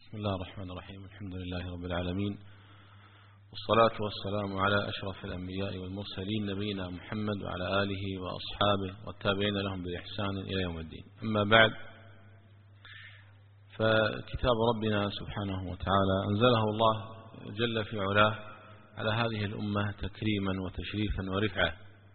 بسم الله الرحمن الرحيم. الحمد لله رب العالمين، والصلاة والسلام على أشرف الأنبياء والمرسلين نبينا محمد وعلى آله وأصحابه والتابعين لهم بإحسان إلى يوم الدين. أما بعد، فكتاب ربنا سبحانه وتعالى أنزله الله جل في علاه على هذه الأمة تكريما وتشريفا ورفعة.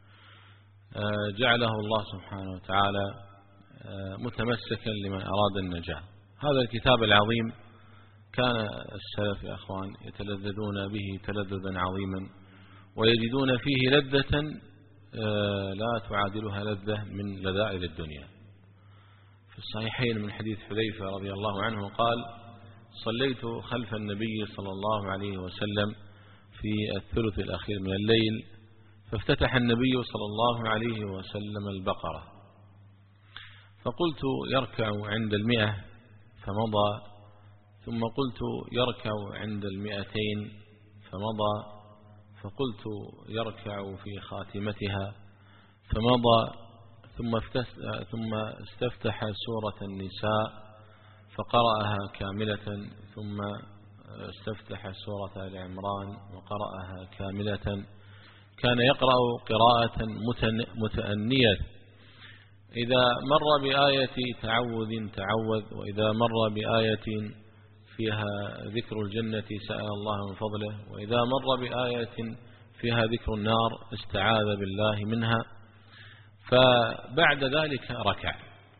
جعله الله سبحانه وتعالى متمسكا لمن أراد النجاة. هذا الكتاب العظيم كان السلف يا أخوان يتلذذون به تلذذا عظيما، ويجدون فيه لذة لا تعادلها لذة من لذائذ الدنيا. في الصحيحين من حديث حذيفة رضي الله عنه قال: صليت خلف النبي صلى الله عليه وسلم في الثلث الأخير من الليل، فافتتح النبي صلى الله عليه وسلم البقرة، فقلت يركع عند 100 فمضى، ثم قلت يركع عند 200 فمضى، فقلت يركع في خاتمتها فمضى، ثم استفتح سورة النساء فقرأها كاملة، ثم استفتح سورة آل عمران وقرأها كاملة. كان يقرأ قراءة متأنية، إذا مر بآية تعوذ تعوذ، وإذا مر بآية فيها ذكر الجنة سأل الله من فضله، وإذا مر بآية فيها ذكر النار استعاذ بالله منها. فبعد ذلك ركع.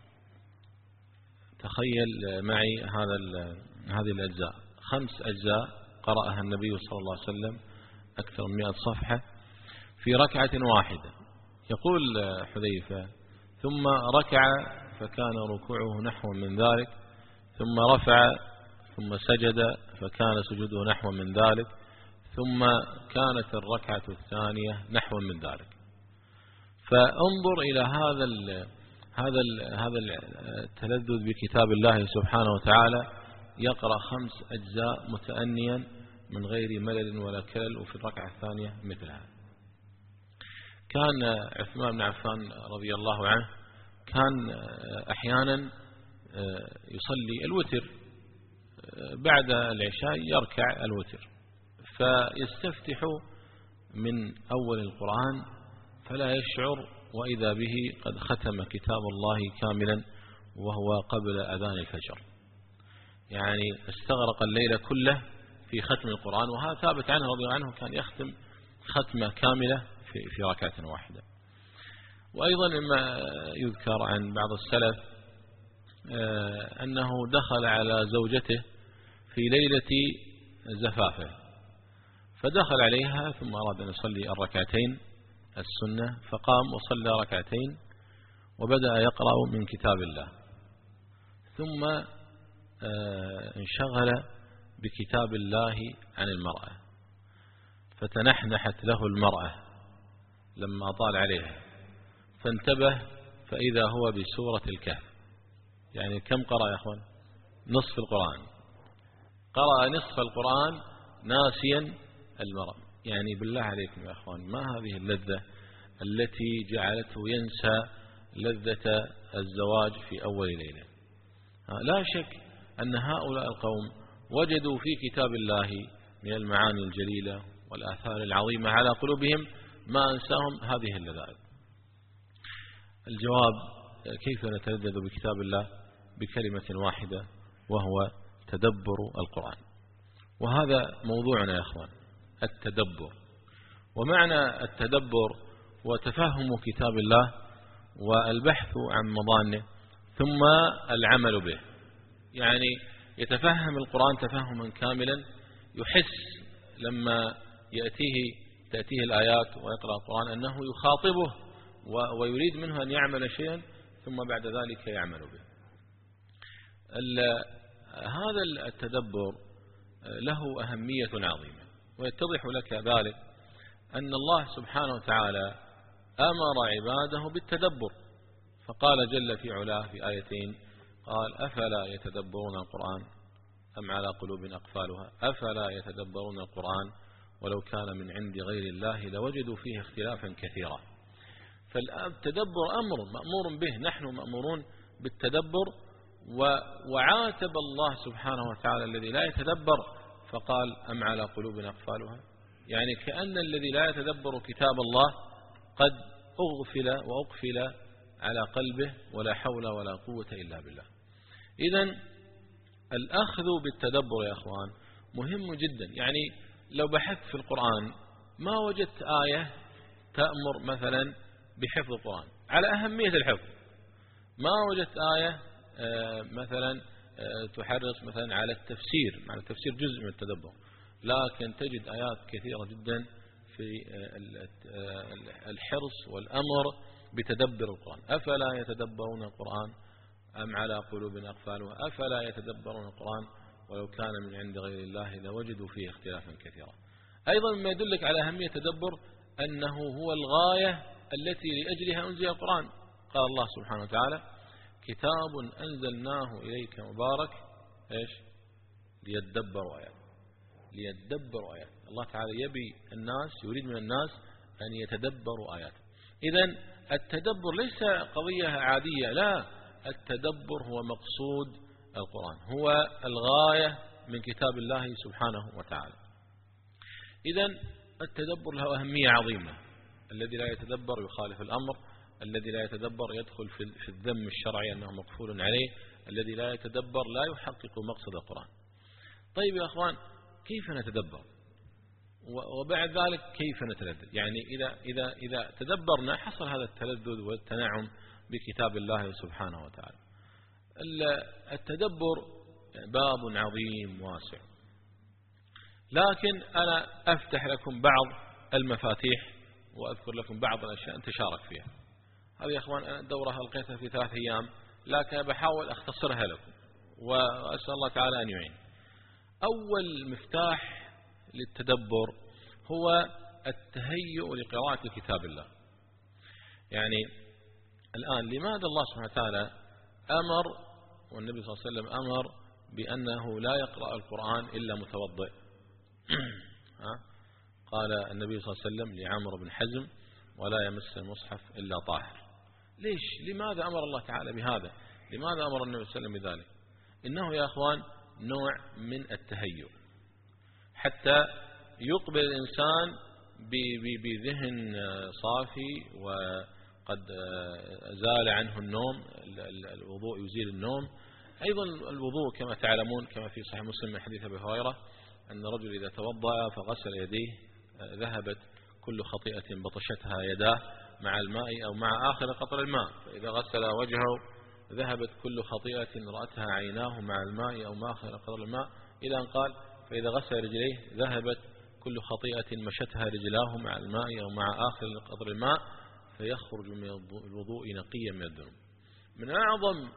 تخيل معي هذه الأجزاء، 5 أجزاء قرأها النبي صلى الله عليه وسلم، أكثر من 100 صفحة في ركعة واحدة. يقول حذيفة: ثم ركع فكان ركوعه نحو من ذلك، ثم رفع، ثم سجد فكان سجوده نحو من ذلك، ثم كانت الركعة الثانية نحو من ذلك. فانظر إلى هذا التلذذ بكتاب الله سبحانه وتعالى. يقرأ 5 أجزاء متأنيا من غير ملل ولا كلل، وفي الركعة الثانية مثلها. كان عثمان بن عفان رضي الله عنه كان أحيانا يصلي الوتر، بعد العشاء يركع الوتر، فيستفتح من أول القرآن فلا يشعر، وإذا به قد ختم كتاب الله كاملا وهو قبل أذان الفجر. يعني استغرق الليل كله في ختم القرآن، وهذا ثابت عنه رضي الله عنه، كان يختم ختمة كاملة في ركعة واحدة. وأيضا مما يذكر عن بعض السلف أنه دخل على زوجته في ليلة زفافه، فدخل عليها ثم أراد أن يصلي الركعتين السنة، فقام وصلى ركعتين وبدأ يقرأ من كتاب الله، ثم انشغل بكتاب الله عن المرأة، فتنحنحت له المرأة لما طال عليها، فانتبه فإذا هو بسورة الكهف. يعني كم قرأ يا أخوان؟ نصف القرآن. قرأ نصف القرآن ناسيا المرأة. يعني بالله عليكم يا أخوان، ما هذه اللذة التي جعلته ينسى لذة الزواج في أول ليلة؟ لا شك أن هؤلاء القوم وجدوا في كتاب الله من المعاني الجليلة والآثار العظيمة على قلوبهم ما أنساهم هذه اللذائذ. الجواب: كيف نتلذذ بكتاب الله؟ بكلمة واحدة، وهو تدبر القرآن. وهذا موضوعنا يا أخوان، التدبر. ومعنى التدبر هو تفهم كتاب الله والبحث عن مضانه ثم العمل به. يعني يتفهم القرآن تفهما كاملا، يحس لما تأتيه الآيات ويقرأ القرآن أنه يخاطبه ويريد منه أن يعمل شيئا، ثم بعد ذلك يعمل به. هذا التدبر له أهمية عظيمة، ويتضح لك ذلك أن الله سبحانه وتعالى أمر عباده بالتدبر، فقال جل في علاه في آيتين، قال: أفلا يتدبرون القرآن أم على قلوب أقفالها أفلا يتدبرون القرآن ولو كان من عند غير الله لوجدوا فيه اختلافا كثيرا. فالتدبر أمر مأمور به، نحن مأمورون بالتدبر، وعاتب الله سبحانه وتعالى الذي لا يتدبر فقال أم على قلوب أقفالها. يعني كأن الذي لا يتدبر كتاب الله قد أغفل وأقفل على قلبه، ولا حول ولا قوة إلا بالله. إذن الأخذ بالتدبر يا أخوان مهم جدا. يعني لو بحثت في القرآن ما وجدت آية تأمر مثلا بحفظ القرآن على أهمية الحفظ، ما وجدت آية مثلا تحرص مثلا على التفسير، مع التفسير جزء من التدبر، لكن تجد آيات كثيرة جدا في الحرص والأمر بتدبر القرآن. أفلا يتدبرون القرآن أم على قلوب أقفالها أفلا يتدبرون القرآن ولو كان من عند غير الله لوجدوا فيه اختلافا كثيرا. أيضا ما يدلك على أهمية التدبر أنه هو الغاية التي لأجلها أنزل القرآن. قال الله سبحانه وتعالى كتاب أنزلناه إليك مبارك إيش ليتدبروا آيات، ليتدبروا آيات. الله تعالى يبي الناس، يريد من الناس أن يتدبروا آيات. إذن التدبر ليس قضية عادية، لا، التدبر هو مقصود القرآن، هو الغاية من كتاب الله سبحانه وتعالى. إذن التدبر له أهمية عظيمة. الذي لا يتدبر يخالف الأمر، الذي لا يتدبر يدخل في الذم الشرعي أنه مكفول عليه، الذي لا يتدبر لا يحقق مقصد القرآن. طيب يا أخوان، كيف نتدبر؟ وبعد ذلك كيف نتلذذ؟ يعني إذا تدبرنا حصل هذا التلذذ والتنعم بكتاب الله سبحانه وتعالى. التدبر باب عظيم واسع، لكن أنا أفتح لكم بعض المفاتيح وأذكر لكم بعض الأشياء نتشارك فيها. هذه يا أخوان أنا الدورة ألقيتها في 3 أيام، لكن بحاول أختصرها لكم وأسأل الله تعالى أن يعين. أول مفتاح للتدبر هو التهيؤ لقراءة كتاب الله. يعني الآن لماذا الله سبحانه وتعالى أمر والنبي صلى الله عليه وسلم أمر بأنه لا يقرأ القرآن إلا متوضئ؟ قال النبي صلى الله عليه وسلم لعمرو بن حزم ولا يمس المصحف إلا طاهر. ليش؟ لماذا أمر الله تعالى بهذا؟ لماذا أمر النبي صلى الله عليه وسلم بذلك؟ إنه يا أخوان نوع من التهيؤ، حتى يقبل الإنسان بذهن صافي وقد زال عنه النوم. الوضوء يزيل النوم. أيضا الوضوء كما تعلمون كما في صحيح مسلم من حديث أبي هريرة أن الرجل إذا توضأ فغسل يديه ذهبت كل خطيئة بطشتها يداه مع الماء أو مع آخر قطر الماء، فإذا غسل وجهه ذهبت كل خطيئة رأتها عيناه مع الماء أو مع آخر قطر الماء، إلى أن قال فإذا غسل رجليه ذهبت كل خطيئة مشتها رجلاه مع الماء أو مع آخر قطر الماء فيخرج من الوضوء نقيا من الذنوب. من أعظم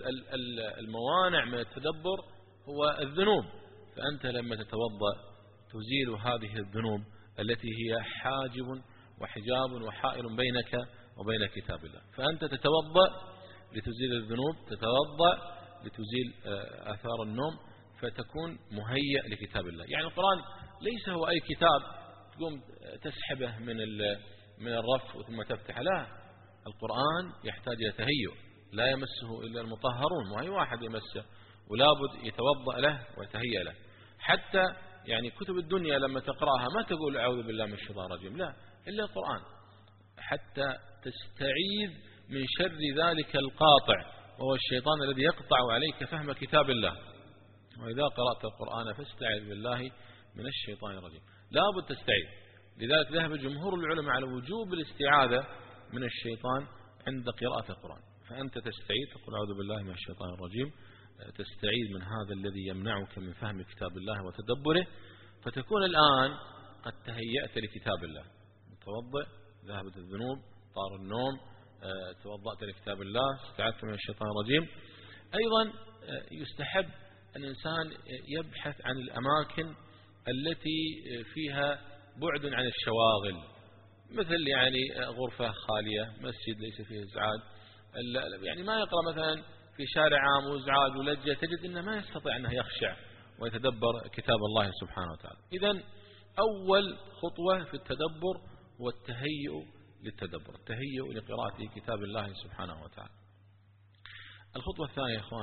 الموانع من التدبر هو الذنوب، فأنت لما تتوضأ تزيل هذه الذنوب التي هي حاجب وحجاب وحائل بينك وبين كتاب الله. فأنت تتوضأ لتزيل الذنوب، تتوضأ لتزيل آثار النوم، فتكون مهيئ لكتاب الله. يعني القرآن ليس هو أي كتاب تقوم تسحبه من الرف ثم تفتحه، لا، القرآن يحتاج إلى تهيؤ، لا يمسه إلا المطهرون، وأي واحد يمسه، ولابد يتوضأ له ويتهيأ له. حتى يعني كتب الدنيا لما تقرأها ما تقول أعوذ بالله من الشيطان الرجيم، لا، إلا القرآن، حتى تستعيذ من شر ذلك القاطع وهو الشيطان الذي يقطع عليك فهم كتاب الله. وإذا قرأت القرآن فاستعذ بالله من الشيطان الرجيم، لابد تستعيذ. لذلك ذهب جمهور العلماء على وجوب الاستعاذة من الشيطان عند قراءة القرآن. فأنت تستعيذ، تقول أعوذ بالله من الشيطان الرجيم، تستعيذ من هذا الذي يمنعك من فهم كتاب الله وتدبره، فتكون الآن قد تهيأت لكتاب الله، متوضئ، ذهبت الذنوب، طار النوم، توضأت لكتاب الله، استعذت من الشيطان الرجيم. أيضا يستحب أن الإنسان يبحث عن الأماكن التي فيها بعد عن الشواغل، مثل يعني غرفة خالية، مسجد ليس فيه إزعاج، يعني ما يقرأ مثلا في شارع عام وإزعاج ولجة، تجد أنه ما يستطيع أنه يخشع ويتدبر كتاب الله سبحانه وتعالى. إذن أول خطوة في التدبر هو التهيؤ للتدبر، التهيؤ لقراءة كتاب الله سبحانه وتعالى. الخطوة الثانية يا إخوان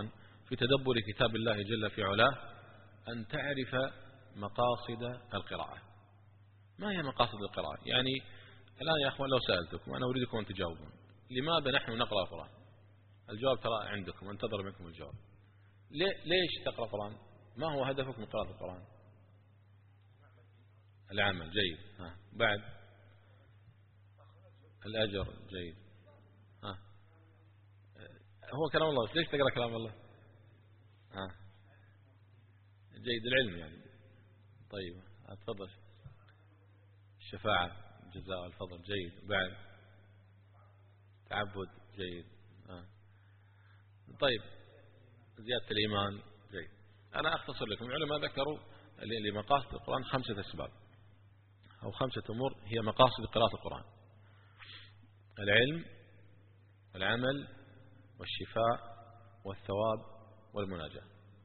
في تدبر كتاب الله جل في علاه أن تعرف مقاصد القراءة. ما هي مقاصد القراءة؟ يعني الآن يا أخوان لو سألتكم، أنا أريدكم أن تجاوبون، لماذا نحن نقرأ القرآن؟ الجواب ترى عندكم، انتظر منكم الجواب. ليش تقرأ القرآن؟ ما هو هدفك من قراءة القرآن؟ العمل، جيد. بعد الأجر، جيد. هو كلام الله، ليش تقرأ كلام الله؟ جيد، العلم يعني. طيب تفضل. الشفاعة، جزاء الفضل، جيد. بعد تعبد، جيد. طيب زيادة الإيمان، جيد. أنا أختصر لكم. العلماء ذكروا لمقاصد القرآن 5 أسباب أو 5 أمور هي مقاصد قراءة القرآن: العلم، العمل، والشفاء، والثواب، والمناجاة.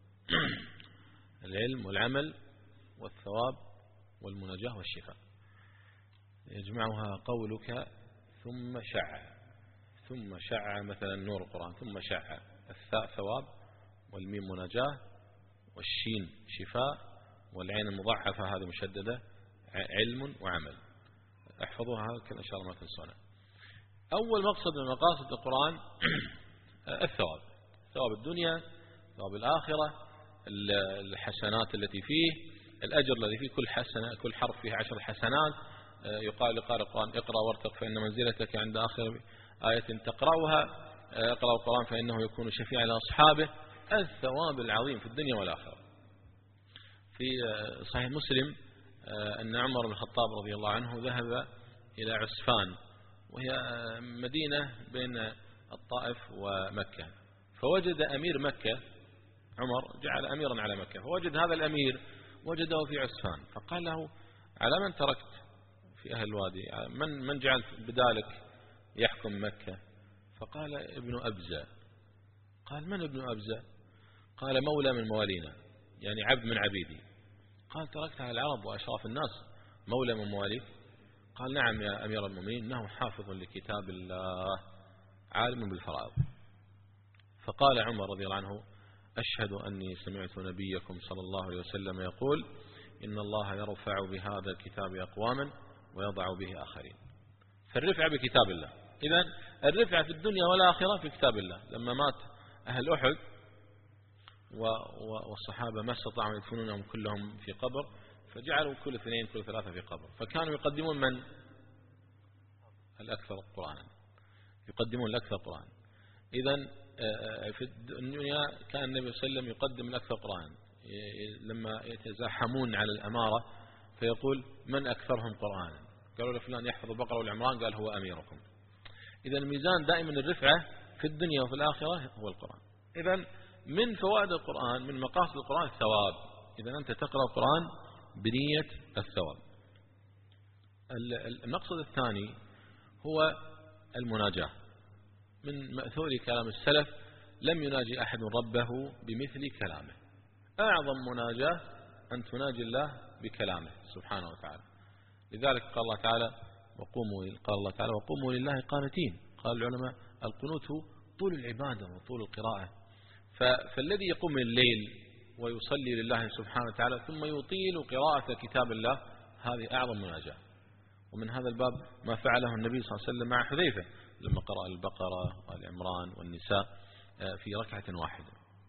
العلم والعمل والثواب والمناجاة والشفاء. يجمعها قولك ثم شع. ثم شع مثلا نور القرآن، ثم شع، الثاء ثواب، والميم مناجاة، والشين شفاء، والعين المضاعفة هذه مشددة علم وعمل. احفظوها هكذا إن شاء الله ما تنسونا. أول مقصد من مقاصد القرآن الثواب، ثواب الدنيا، ثواب الآخرة، الحسنات التي فيه، الأجر الذي فيه. كل حرف فيه 10 حسنات. يقال لقارئ القرآن اقرأ وارتق فإن منزلتك عند آخر آية تقرأها. اقرأ القرآن فإنه يكون شفيعا لأصحابه. الثواب العظيم في الدنيا والآخرة. في صحيح مسلم أن عمر بن الخطاب رضي الله عنه ذهب إلى عسفان، وهي مدينة بين الطائف ومكة، فوجد أمير مكة. عمر جعل أميرا على مكة، فوجد هذا الأمير وجده في عسفان، فقال له: على من تركت في أهل الوادي؟ من جعل بدالك يحكم مكة؟ فقال: ابن أبزة. قال: من ابن أبزة؟ قال: مولى من موالينا، يعني عبد من عبيدي. قال: تركتها العرب وأشراف الناس مولى من مواليك؟ قال: نعم يا أمير المؤمنين، إنه حافظ لكتاب الله عالم بالفرائض. فقال عمر رضي الله عنه: أشهد أني سمعت نبيكم صلى الله عليه وسلم يقول: إن الله يرفع بهذا الكتاب أقواما ويضع به آخرين. فالرفع بكتاب الله. إذن الرفع في الدنيا والآخرة في كتاب الله. لما مات أهل أحد والصحابة ما استطاعوا يدفنونهم كلهم في قبر، فجعلوا كل 2 كل 3 في قبر، فكانوا يقدمون من؟ الأكثر قرآنا، يقدمون الأكثر قرآن. إذن في الدنيا كان النبي صلى الله عليه وسلم يقدم الأكثر قرآن. لما يتزاحمون على الأمارة فيقول: من أكثرهم قرآنا؟ قالوا لفلان يحفظ البقرة والعمران، قال: هو أميركم. إذن الميزان دائما الرفعة في الدنيا وفي الآخرة هو القرآن. إذن من فوائد القرآن، من مقاصد القرآن الثواب. إذن أنت تقرأ القرآن بنية الثواب. المقصد الثاني هو المناجاة. من مأثور كلام السلف: لم يناجي أحد ربه بمثل كلامه. أعظم مناجاة أن تناجي الله بكلامه سبحانه وتعالى. لذلك قال الله تعالى: وقوموا لله قانتين. قال العلماء: القنوت طول العبادة وطول القراءة. فالذي يقوم الليل ويصلي لله سبحانه وتعالى ثم يطيل قراءة كتاب الله، هذه أعظم مناجاة. ومن هذا الباب ما فعله النبي صلى الله عليه وسلم مع حذيفة لما قرأ البقرة والعمران والنساء في ركعة واحدة.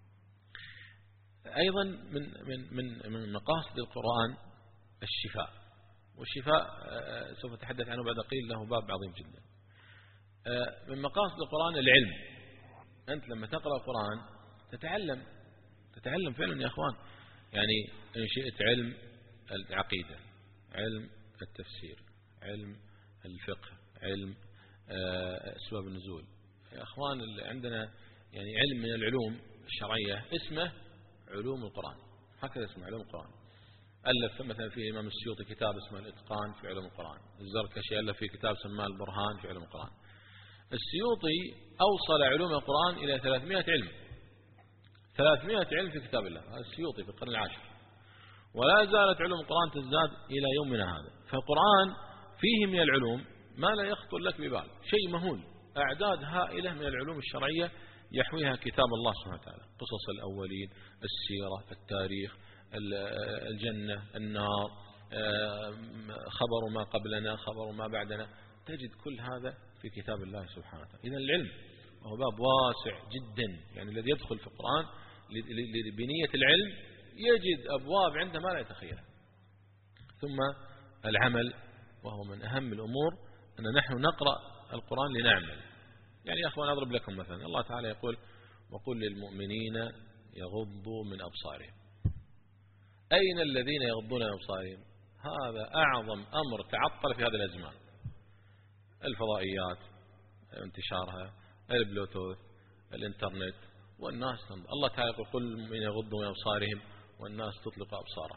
أيضا من مقاصد القرآن الشفاء، والشفاء سوف أتحدث عنه بعد قليل، له باب عظيم جدا. من مقاصد القرآن العلم. أنت لما تقرأ القرآن تتعلم فعلا يا أخوان. يعني إن شئت علم العقيدة، علم التفسير، علم الفقه، علم أسباب النزول. يا أخوان عندنا يعني علم من العلوم الشرعية اسمه علوم القرآن، هكذا اسمه علوم القرآن. ألف مثلا في الإمام السيوطي كتاب اسمه الإتقان في علوم القرآن. الزركشي ألف في كتاب سماه البرهان في علوم القرآن. السيوطي أوصل علوم القرآن إلى 300 علم، 300 علم في كتاب الله. هذا السيوطي في القرن العاشر، ولا زالت علوم القرآن تزداد إلى يومنا هذا. فالقرآن فيه من العلوم ما لا يخطر لك ببال، شيء مهول، أعداد هائلة من العلوم الشرعية يحويها كتاب الله سبحانه وتعالى، قصص الأولين، السيرة، التاريخ، الجنة، النار، خبر ما قبلنا، خبر ما بعدنا، تجد كل هذا في كتاب الله سبحانه وتعالى. إذن العلم وهو باب واسع جدا، يعني الذي يدخل في القرآن بنية العلم يجد أبواب عنده ما لا يتخيلها. ثم العمل، وهو من أهم الأمور، أن نحن نقرأ القرآن لنعمل. يعني يا أخوان أضرب لكم مثلا، الله تعالى يقول: وقل للمؤمنين يغضوا من أبصارهم. أين الذين يغضون من أبصارهم؟ هذا أعظم أمر تعطل في هذا الأزمان. الفضائيات، انتشارها، البلوتوث، الانترنت، والناس الله تعالى يقول: قل للمؤمنين يغضوا من أبصارهم والناس تطلق أبصارها.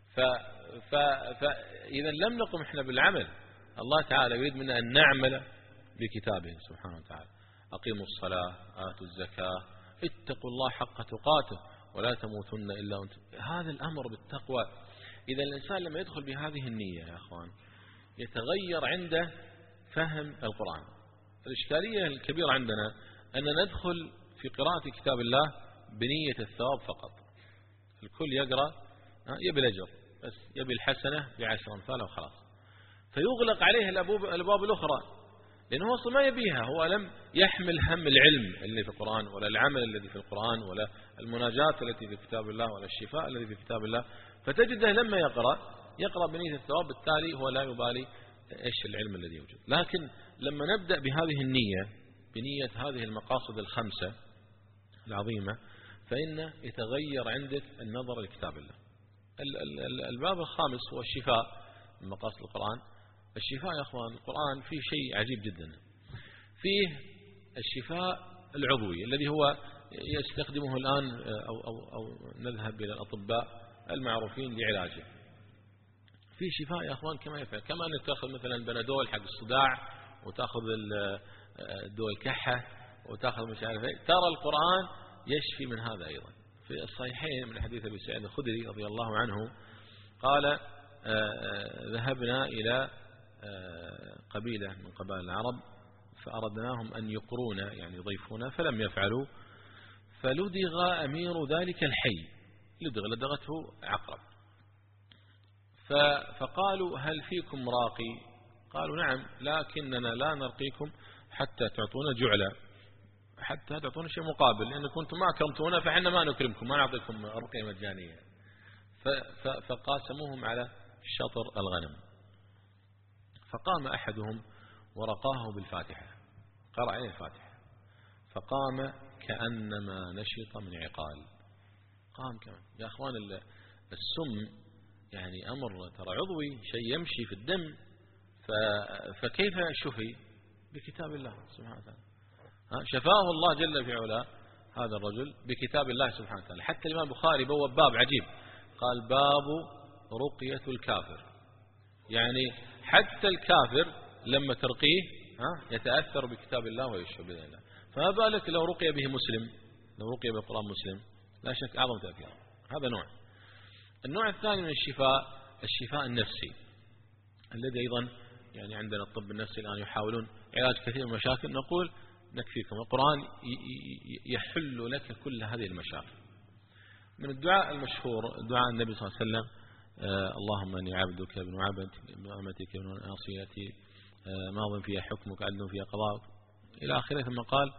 فإذا لم نقم إحنا بالعمل، الله تعالى يريد منا أن نعمل بكتابه سبحانه وتعالى. أقيموا الصلاة، آتوا الزكاة، اتقوا الله حق تقاته ولا تموتن إلا وانتم. هذا الأمر بالتقوى. إذا الإنسان لما يدخل بهذه النية يا أخوان يتغير عنده فهم القرآن. الإشكالية الكبيرة عندنا أن ندخل في قراءة كتاب الله بنية الثواب فقط. الكل يقرأ يبي الأجر بس، يبي الحسنة ب10 أمثالها وخلاص، فيغلق عليه الأبواب الأخرى، لأنه أصلا ما يبيها. هو لم يحمل هم العلم الذي في القرآن، ولا العمل الذي في القرآن، ولا المناجاة التي في كتاب الله، ولا الشفاء الذي في كتاب الله. فتجده لما يقرأ بنية الثواب، بالتالي هو لا يبالي إيش العلم الذي يوجد. لكن لما نبدأ بهذه النية، بنية هذه المقاصد الخمسة العظيمة، فإن يتغير عندك النظر لكتاب الله. الباب الخامس هو الشفاء من مقاصد القرآن. الشفاء يا أخوان، القرآن فيه شيء عجيب جدا، فيه الشفاء العضوي الذي هو يستخدمه الآن أو نذهب إلى الأطباء المعروفين لعلاجه. فيه شفاء يا أخوان كما يفعل، كما أنك تأخذ مثلا بنادول حق الصداع، وتأخذ الدول الكحة، وتأخذ مش عارف ايه، ترى القرآن يشفي من هذا أيضا. في الصحيحين من حديث أبي سعيد الخدري رضي الله عنه قال: ذهبنا إلى قبيلة من قبائل العرب فأردناهم أن يقرونا، يعني يضيفونا، فلم يفعلوا، فلدغ أمير ذلك الحي، لدغته عقرب، فقالوا: هل فيكم راقي؟ قالوا: نعم، لكننا لا نرقيكم حتى تعطونا جعلا، حتى تعطونا شيء مقابل، لأن كنتم ما أكرمتونا فإحنا ما نكرمكم، ما نعطيكم رقية مجانية. فقاسموهم على شطر الغنم. فقام أحدهم ورقاه بالفاتحة، قرأ عليه الفاتحة، فقام كأنما نشط من عقال. قام كمان. يا أخوان السم يعني أمر ترى عضوي، شيء يمشي في الدم، فكيف شفي؟ بكتاب الله سبحانه وتعالى. شفاه الله جل في علاه هذا الرجل بكتاب الله سبحانه وتعالى. حتى الإمام البخاري بواب باب عجيب، قال: باب رقية الكافر. يعني حتى الكافر لما ترقيه يتأثر بكتاب الله ويشفى بإذن الله، فما بالك لو رقي به مسلم، لو رقي بالقرآن مسلم، لا شك أعظم تأثير. هذا نوع. النوع الثاني من الشفاء النفسي، الذي أيضا يعني عندنا الطب النفسي الآن يحاولون علاج كثير من المشاكل. نقول: نكفيكم، القرآن يحل لك كل هذه المشاكل. من الدعاء المشهور دعاء النبي صلى الله عليه وسلم: اللهم اني عبدك ابن عبدك ابن امتك ابن ناصيتي ماض فيها حكمك عدل فيها قضاءك الى اخره. ثم قال: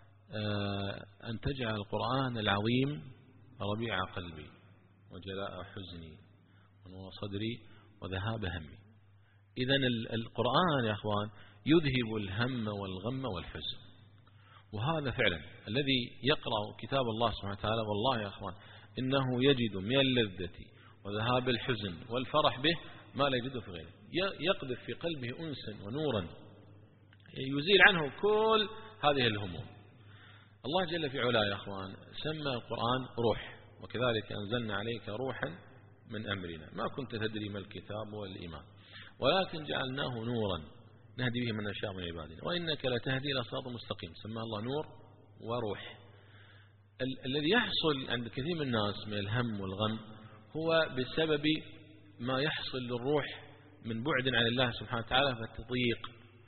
ان تجعل القرآن العظيم ربيع قلبي وجلاء حزني ونور صدري وذهاب همي. اذا القرآن يا اخوان يذهب الهم والغم والحزن، وهذا فعلا الذي يقرأ كتاب الله سبحانه وتعالى والله يا اخوان انه يجد من اللذة وذهاب الحزن والفرح به ما لا يجده في غيره. يقذف في قلبه أنسا ونورا يزيل عنه كل هذه الهموم. الله جل في علاه يا أخوان سمى القرآن روح، وكذلك أنزلنا عليك روحا من أمرنا ما كنت تدري ما الكتاب والإيمان ولكن جعلناه نورا نهدي به من نشاء من عبادنا وإنك لتهدي إلى صراط مستقيم. سمى الله نور وروح. الذي يحصل عند كثير من الناس من الهم والغم هو بسبب ما يحصل للروح من بعد عن الله سبحانه وتعالى، فتضيق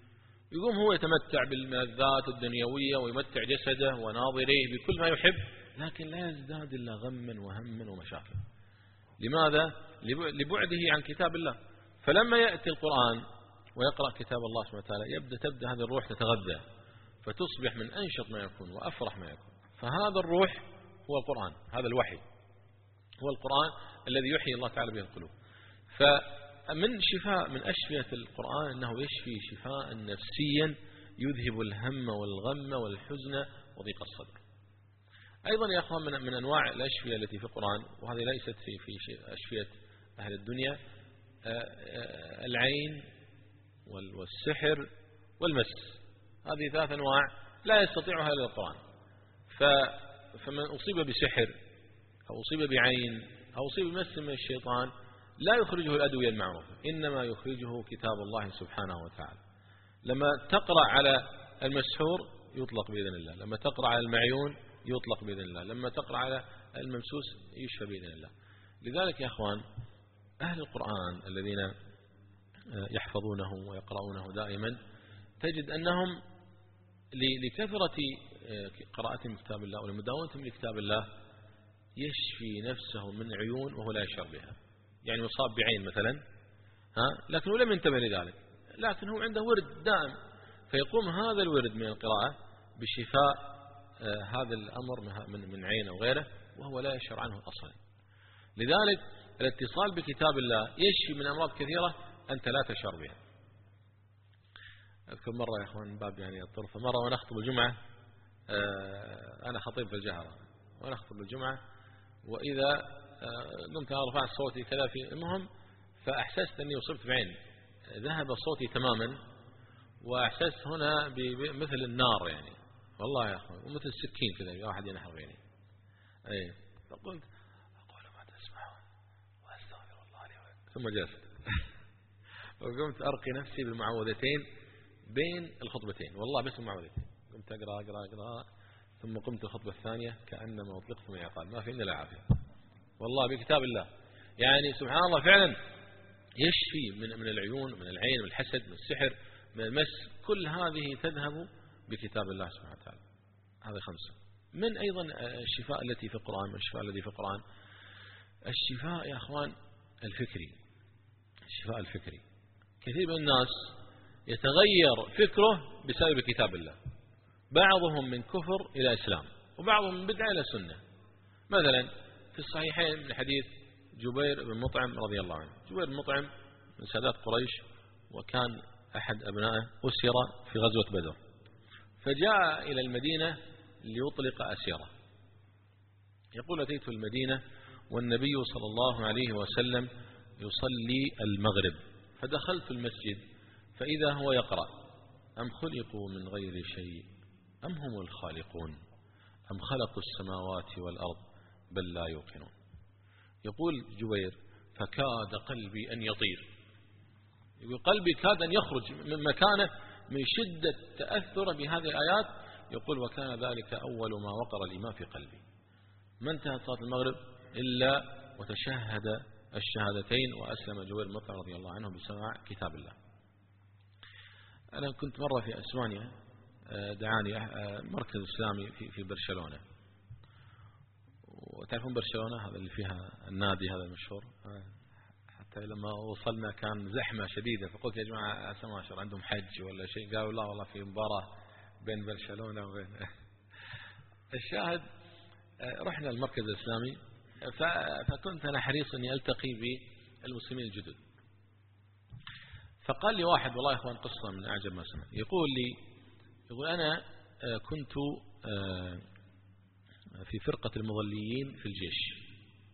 يقوم هو يتمتع بالملذات الدنيوية ويمتع جسده وناظريه بكل ما يحب، لكن لا يزداد إلا غما وهما ومشاكل. لماذا؟ لبعده عن كتاب الله. فلما يأتي القرآن ويقرأ كتاب الله سبحانه وتعالى تبدأ هذه الروح تتغذى، فتصبح من أنشط ما يكون وأفرح ما يكون. فهذا الروح هو القرآن، هذا الوحي هو القرآن الذي يحيي الله تعالى به القلوب. فمن شفاء من أشفية القرآن أنه يشفي شفاء نفسيا يذهب الهم والغم والحزن وضيق الصدر. أيضا يا أخوان من أنواع الأشفية التي في القرآن، وهذه ليست في أشفية أهل الدنيا، العين والسحر والمس. هذه 3 أنواع لا يستطيعها إلا القرآن. فمن أصيب بسحر أو أصيب بعين أو أصيب بمس من الشيطان لا يخرجه الأدوية المعروفة، إنما يخرجه كتاب الله سبحانه وتعالى. لما تقرأ على المسحور يطلق بإذن الله، لما تقرأ على المعيون يطلق بإذن الله، لما تقرأ على الممسوس يشفى بإذن الله. لذلك يا أخوان أهل القرآن الذين يحفظونه ويقرؤونه دائما تجد أنهم لكثرة قراءتهم كتاب الله ولمداومتهم لكتاب الله يشفي نفسه من عيون وهو لا يشعر بها. يعني مصاب بعين مثلا لكنه لم ينتبه لذلك، لكن هو عنده ورد دائم، فيقوم هذا الورد من القراءة بشفاء هذا الأمر من عين أو غيره وهو لا يشعر عنه أصلا. لذلك الاتصال بكتاب الله يشفي من أمراض كثيرة أنت لا تشعر بها. أذكر مرة يا أخوان باب يعني الطرفة، مرة وأنا أخطب الجمعة، أنا خطيب في الجهرة وأنا أخطب الجمعة، وإذا قمت أنا رفعت صوتي كذا في المهم، فأحسست أني أصبت بعين، ذهب صوتي تماما، وأحسست هنا بمثل النار يعني والله يا أخوان، ومثل السكين كذا واحد ينحر بعيني. أي فقلت أقول ما تسمعون وأستغفر الله لي ولكم، ثم جلست وقمت أرقي نفسي بالمعوذتين بين الخطبتين، والله بس المعوذتين، قمت أقرأ ثم قمت الخطبة الثانية كأنما أطلقت من عقال، ما في إلا العافية والله بكتاب الله. يعني سبحان الله فعلا يشفي من العيون، من العين، من الحسد، من السحر، من المس، كل هذه تذهب بكتاب الله سبحانه وتعالى. هذا 5. من أيضا الشفاء التي في القرآن، والشفاء الذي في القرآن الشفاء يا أخوان الفكري. الشفاء الفكري، كثير من الناس يتغير فكره بسبب كتاب الله، بعضهم من كفر إلى إسلام وبعضهم من بدعة إلى سنة. مثلا في الصحيحين من حديث جبير بن مطعم رضي الله عنه. جبير بن مطعم من سادات قريش، وكان أحد أبنائه أسر في غزوة بدر، فجاء إلى المدينة ليطلق أسيره. يقول أتيت المدينة والنبي صلى الله عليه وسلم يصلي المغرب، فدخلت المسجد فإذا هو يقرأ أم خلقوا من غير شيء أم هم الخالقون أم خلقوا السماوات والأرض بل لا يوقنون. يقول جبير فكاد قلبي أن يطير، يقول قلبي كاد أن يخرج من مكانه من شدة تأثر بهذه الآيات. يقول وكان ذلك أول ما وقر الإيمان في قلبي. ما انتهت صلاة المغرب إلا وتشهد الشهادتين وأسلم جبير بن مطعم رضي الله عنه بسماع كتاب الله. أنا كنت مرة في أسبانيا، دعاني مركز إسلامي في برشلونة، وتعرفون برشلونة هذا اللي فيها النادي هذا المشهور. حتى لما وصلنا كان زحمة شديدة، فقلت يا جماعة أسماشر عندهم حج ولا شيء؟ قالوا لا والله في مباراة بين برشلونة وغير. الشاهد رحنا المركز الإسلامي، فكنت أنا حريص أني ألتقي بالمسلمين الجدد. فقال لي واحد والله يا أخوان قصة من أعجب ما سمعت. يقول أنا كنت في فرقة المظليين في الجيش،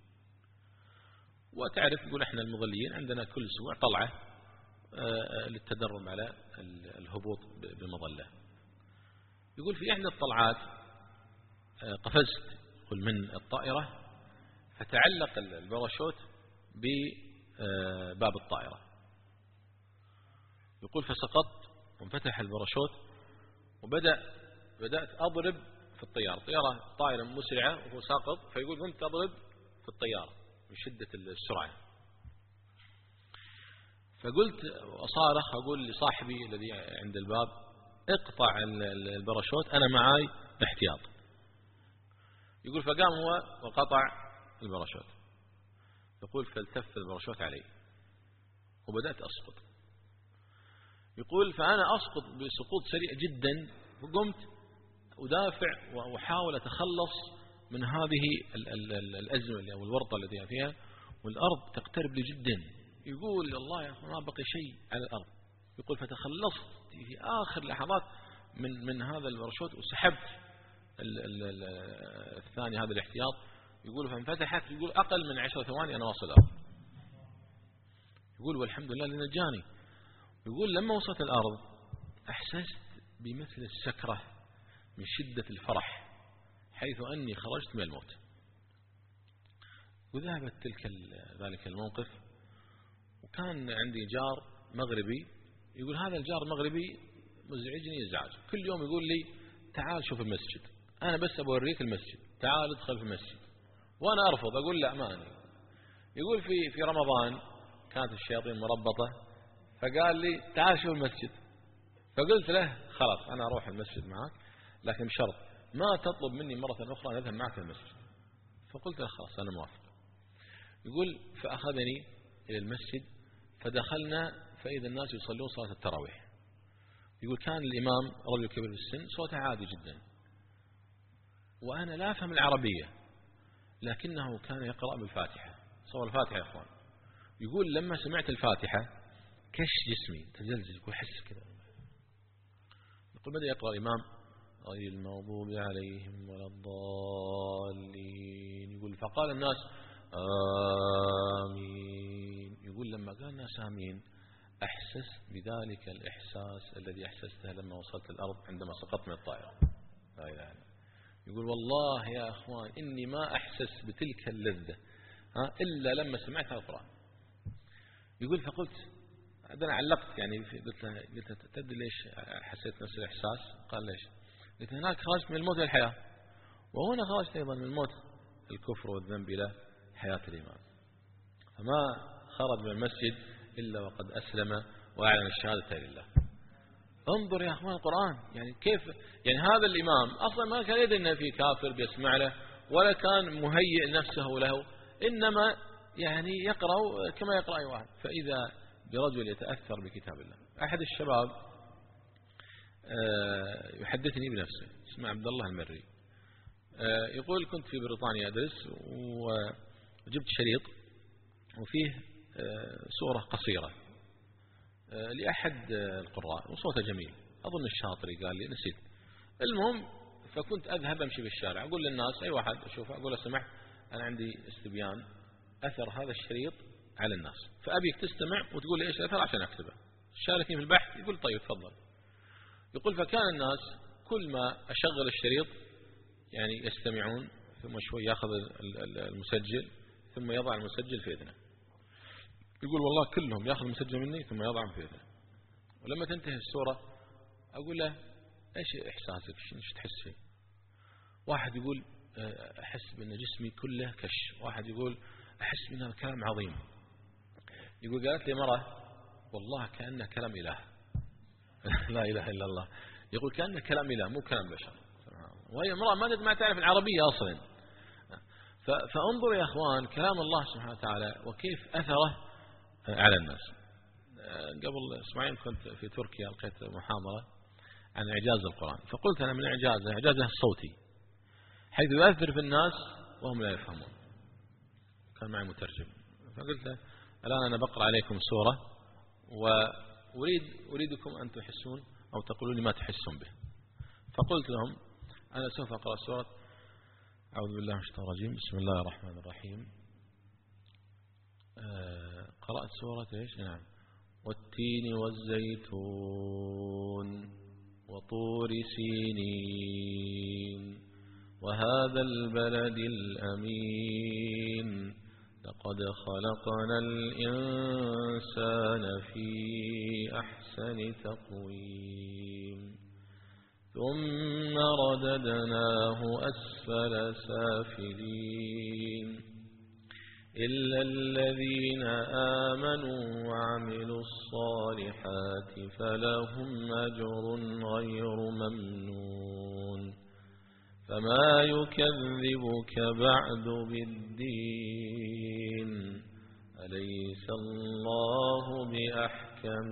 وتعرف يقول احنا المظليين عندنا كل أسبوع طلعة للتدرب على الهبوط بمظلة. يقول في إحدى الطلعات قفزت من الطائرة فتعلق الباراشوت بباب الطائرة. يقول فسقطت وانفتح الباراشوت وبدأت أضرب في الطيارة طائرة مسرعة وهو ساقط. فيقول قمت أضرب في الطيارة من شدة السرعة. فقلت أصارخ أقول لصاحبي الذي عند الباب اقطع الباراشوت، أنا معاي احتياط. يقول فقام هو وقطع الباراشوت. يقول فالتف الباراشوت علي وبدأت أسقط. يقول فأنا أسقط بسقوط سريع جدا، وقمت أدافع وأحاول أتخلص من هذه الأزمة أو الورطة التي فيها، والأرض تقترب لي جدا. يقول الله يا أخي ما بقي شيء على الأرض. يقول فتخلصت في آخر لحظات من هذا الباراشوت وسحبت الثاني هذا الاحتياط. يقول فانفتحت، يقول أقل من 10 ثواني أنا واصل الأرض. يقول والحمد لله اللي نجاني. يقول لما وصلت الأرض أحسست بمثل السكرة من شدة الفرح، حيث أني خرجت من الموت. وذهبت ذلك الموقف. وكان عندي جار مغربي، يقول هذا الجار المغربي مزعجني إزعاج، كل يوم يقول لي تعال شوف المسجد، أنا بس أوريك المسجد، تعال ادخل في المسجد. وأنا أرفض، أقول لا ما أنا. يقول في رمضان كانت الشياطين مربطة، فقال لي تعال شوف المسجد. فقلت له خلاص أنا أروح المسجد معك، لكن بشرط ما تطلب مني مرة أخرى أن أذهب معك المسجد. فقلت له خلاص أنا موافق. يقول فأخذني إلى المسجد، فدخلنا فإذا الناس يصلون صلاة التراويح. يقول كان الإمام رجل كبير في السن، صوته عادي جدا، وأنا لا أفهم العربية، لكنه كان يقرأ بالفاتحة، صور الفاتحة يا أخوان. يقول لما سمعت الفاتحة كش جسمي تزلزل، يقول حس كذا. يقول بدأ يقرأ الإمام غير المغضوب عليهم ولا الضالين. يقول فقال الناس آمين. يقول لما قال الناس آمين أحسست بذلك الإحساس الذي أحسسته لما وصلت الأرض عندما سقطت من الطائرة. لا إله إلا. يقول والله يا أخوان إني ما أحسس بتلك اللذة إلا لما سمعت القرآن. يقول فقلت أنا علقت، يعني قلت تدري ليش حسيت نفس الإحساس؟ قال ليش؟ قلت هناك خرجت من الموت إلى الحياة، وهنا خرجت أيضا من الموت الكفر والذنب إلى حياة الإيمان. فما خرج من المسجد إلا وقد أسلم وأعلن الشهادة لله. انظر يا أخوان القرآن يعني كيف، يعني هذا الإمام أصلا ما كان يدري أنه في كافر بيسمع له، ولا كان مهيئ نفسه له، إنما يعني يقرأ كما يقرأ أي واحد. فإذا برجل يتأثر بكتاب الله. أحد الشباب يحدثني بنفسه، اسمه عبد الله المري. يقول كنت في بريطانيا أدرس، وجبت شريط وفيه سورة قصيرة لأحد القراء وصوته جميل، أظن الشاطري قال لي، نسيت. المهم فكنت أذهب أمشي بالشارع، أقول للناس أي واحد أشوفه أقول له سمحت أنا عندي استبيان أثر هذا الشريط على الناس، فأبيك تستمع وتقول لي إيش الأثر عشان أكتبه. شاركني في البحث. يقول طيب تفضل. يقول فكان الناس كل ما أشغل الشريط يعني يستمعون، ثم شوي يأخذ المسجل ثم يضع المسجل في إذنه. يقول والله كلهم يأخذ المسجل مني ثم يضعه في إذنه. ولما تنتهي السورة أقول له إيش إحساسك، إيش تحس فيه؟ واحد يقول أحس بأن جسمي كله كش. واحد يقول أحس بأن كلام عظيم. يقول قالت لي مرة والله كأنه كلام إله. لا إله إلا الله. يقول كأنه كلام إله مو كلام بشر. وهي امرأة ما تعرف العربية أصلا. فانظروا يا أخوان كلام الله سبحانه وتعالى وكيف أثره على الناس. قبل اسبوعين كنت في تركيا، لقيت محاضرة عن إعجاز القرآن، فقلت أنا من إعجازه الصوتي، حيث يؤثر في الناس وهم لا يفهمون. كان معي مترجم، فقلت له الآن أنا بقرأ عليكم سورة وأريدكم أن تحسون أو تقولون لي ما تحسون به. فقلت لهم أنا سوف أقرأ سورة أعوذ بالله من الشيطان الرجيم، بسم الله الرحمن الرحيم. قرأت سورة إيش؟ نعم. والتين والزيتون وطور سينين وهذا البلد الأمين لقد خلقنا الإنسان في أحسن تقويم ثم رددناه أسفل سافلين إلا الذين آمنوا وعملوا الصالحات فلهم أجر غير ممنون فما يكذبك بعد بالدين أليس الله بأحكم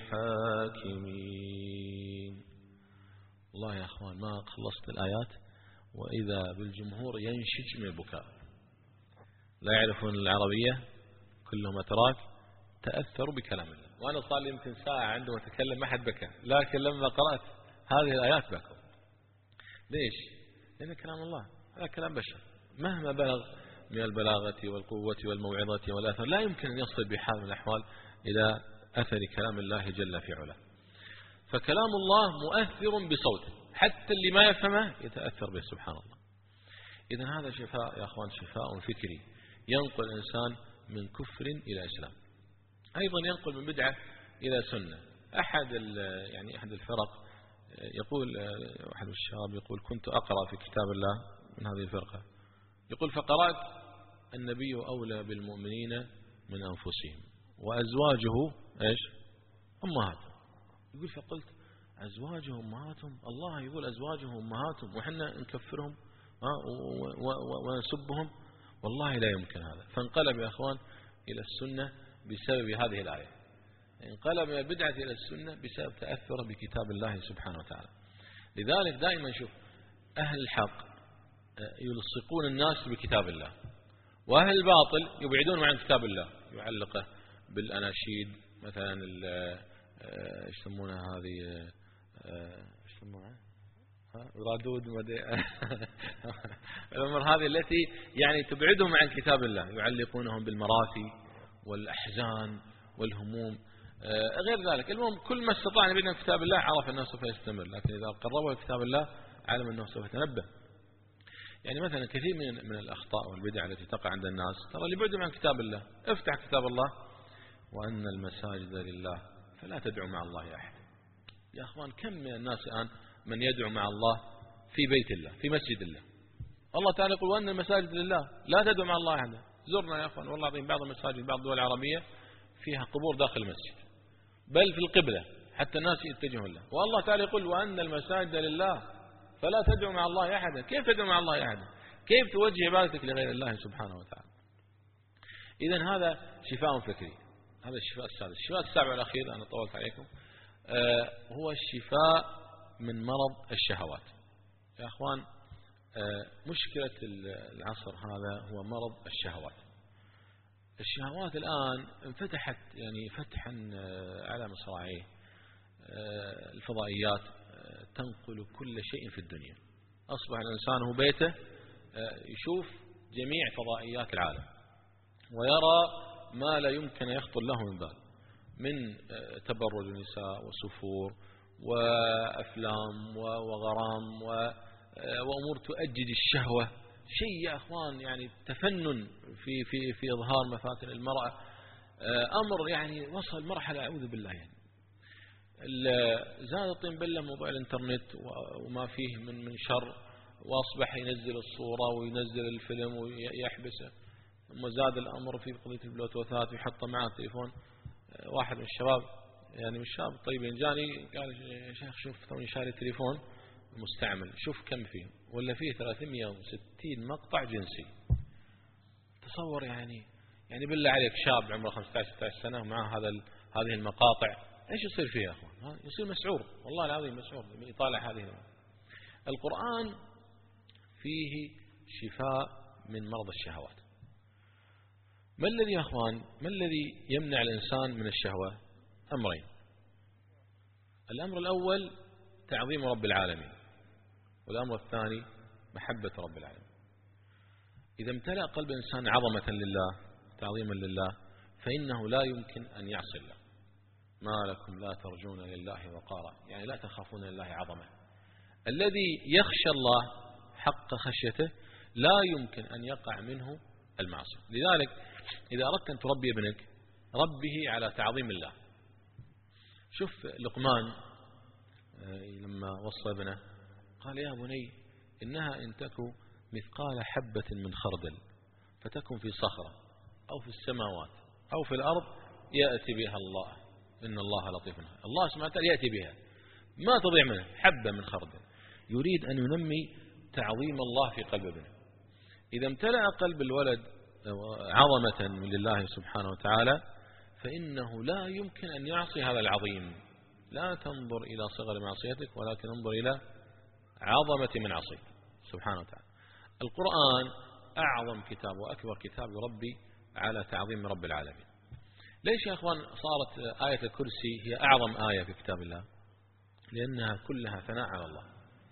الحاكمين. والله يا أخوان ما خلصت الآيات وإذا بالجمهور ينشج من البكاء، لا يعرفون العربية كلهم أتراك تأثروا بكلام الله. وأنا صار لي يمكن ساعة عندما أتكلم ما حد بكى، لكن لما قرأت هذه الآيات بكوا. ليش؟ لأن كلام الله هذا كلام بشر مهما بلغ من البلاغة والقوة والموعظة والأثر لا يمكن أن يصل بحال من الأحوال إلى أثر كلام الله جل في علاه. فكلام الله مؤثر بصوته حتى اللي ما يفهمه يتأثر به سبحان الله. إذن هذا شفاء يا أخوان، شفاء فكري ينقل الإنسان من كفر إلى إسلام، أيضا ينقل من بدعة إلى سنة. أحد الفرق يقول، أحد الشباب يقول كنت أقرأ في كتاب الله من هذه الفرقة، يقول فقرأت النبي أولى بالمؤمنين من أنفسهم وأزواجه إيش أمهاتهم. يقول فقلت أزواجهم أمهاتهم، الله يقول أزواجهم أمهاتهم وحنا نكفرهم ونسبهم؟ والله لا يمكن هذا. فانقلب يا أخوان إلى السنة بسبب هذه الآية، انقلب من البدعة إلى السنة بسبب تأثره بكتاب الله سبحانه وتعالى. لذلك دائما شوف أهل الحق يلصقون الناس بكتاب الله، وأهل الباطل يبعدون عن كتاب الله، يعلقه بالأناشيد مثلا ايش يسمونها هذه ايش يسمونها رادود الأمور هذه التي يعني تبعدهم عن كتاب الله، يعلقونهم بالمراسي والأحزان والهموم غير ذلك. المهم كل ما استطاع أن يبعد عن كتاب الله عرف أنه سوف يستمر، لكن إذا قربوا كتاب الله علم أنه سوف يتنبه. يعني مثلا كثير من الأخطاء والبدع التي تقع عند الناس ترى اللي بعدهم عن كتاب الله. افتح كتاب الله وأن المساجد لله فلا تدعو مع الله أحد. يا أخوان كم من الناس الآن من يدعو مع الله في بيت الله في مسجد الله؟ الله تعالى يقول وأن المساجد لله لا تدعو مع الله أحد. زرنا يا أخوان والله العظيم بعض المساجد بعض الدول العربية فيها قبور داخل المسجد بل في القبلة حتى الناس يتجهون له، والله تعالى يقول وأن المساجد لله فلا تدعو مع الله أحدا. كيف تدعو مع الله أحدا؟ كيف توجه عبادتك لغير الله سبحانه وتعالى؟ إذن هذا شفاء فكري، هذا الشفاء السادس. الشفاء السابع والأخير أنا طولت عليكم هو الشفاء من مرض الشهوات. يا أخوان مشكلة العصر هذا هو مرض الشهوات. الشهوات الآن انفتحت يعني فتحا على مصراعيه. الفضائيات تنقل كل شيء في الدنيا، أصبح الإنسان هو بيته يشوف جميع فضائيات العالم ويرى ما لا يمكن يخطر له من بال من تبرج النساء وسفور وأفلام وغرام وأمور تؤجج الشهوة. شيء يا أخوان يعني تفنن في إظهار مفاتن المرأة، أمر يعني وصل مرحلة أعوذ بالله. يعني زاد الطين بلة موضوع الانترنت وما فيه من شر، وأصبح ينزل الصورة وينزل الفيلم ويحبسه. ثم زاد الأمر في قضية البلوتوثات ويحط معه التليفون. واحد من الشباب يعني من الشباب الطيبين جاني قال يا شيخ شوف توني شاري تليفون مستعمل، شوف كم فيه، ولا فيه 360 مقطع جنسي. تصور يعني بالله عليك شاب عمره 15-16 سنة ومعه هذه المقاطع، ايش يصير فيه يا اخوان؟ يصير مسعور والله العظيم، مسعور من يطالع هذه. القرآن فيه شفاء من مرض الشهوات. ما الذي يا أخوان ما الذي يمنع الإنسان من الشهوة؟ أمرين. الأمر الأول تعظيم رب العالمين، والأمر الثاني محبة رب العالمين. إذا امتلأ قلب الإنسان عظمة لله تعظيما لله فإنه لا يمكن أن يعصي الله. ما لكم لا ترجون لله وقارا، يعني لا تخافون لله عظمة. الذي يخشى الله حق خشيته لا يمكن أن يقع منه المعصية. لذلك إذا أردت أن تربي ابنك ربه على تعظيم الله. شوف لقمان لما وصى ابنه قال يا بني إنها إن تكو مثقال حبة من خردل فتكن في صخرة أو في السماوات أو في الأرض يأتي بها الله، إن الله لطيف خبير. الله سبحانه وتعالى يأتي بها، ما تضيع منه حبة من خردل. يريد أن ينمي تعظيم الله في قلب ابنه. إذا امتلأ قلب الولد عظمة لله سبحانه وتعالى فإنه لا يمكن أن يعصي هذا العظيم. لا تنظر إلى صغر معصيتك ولكن انظر إلى عظمة من عصيت سبحانه وتعالى. القرآن أعظم كتاب وأكبر كتاب يربي على تعظيم رب العالمين. ليش يا أخوان صارت آية الكرسي هي أعظم آية في كتاب الله؟ لأنها كلها ثناء على الله.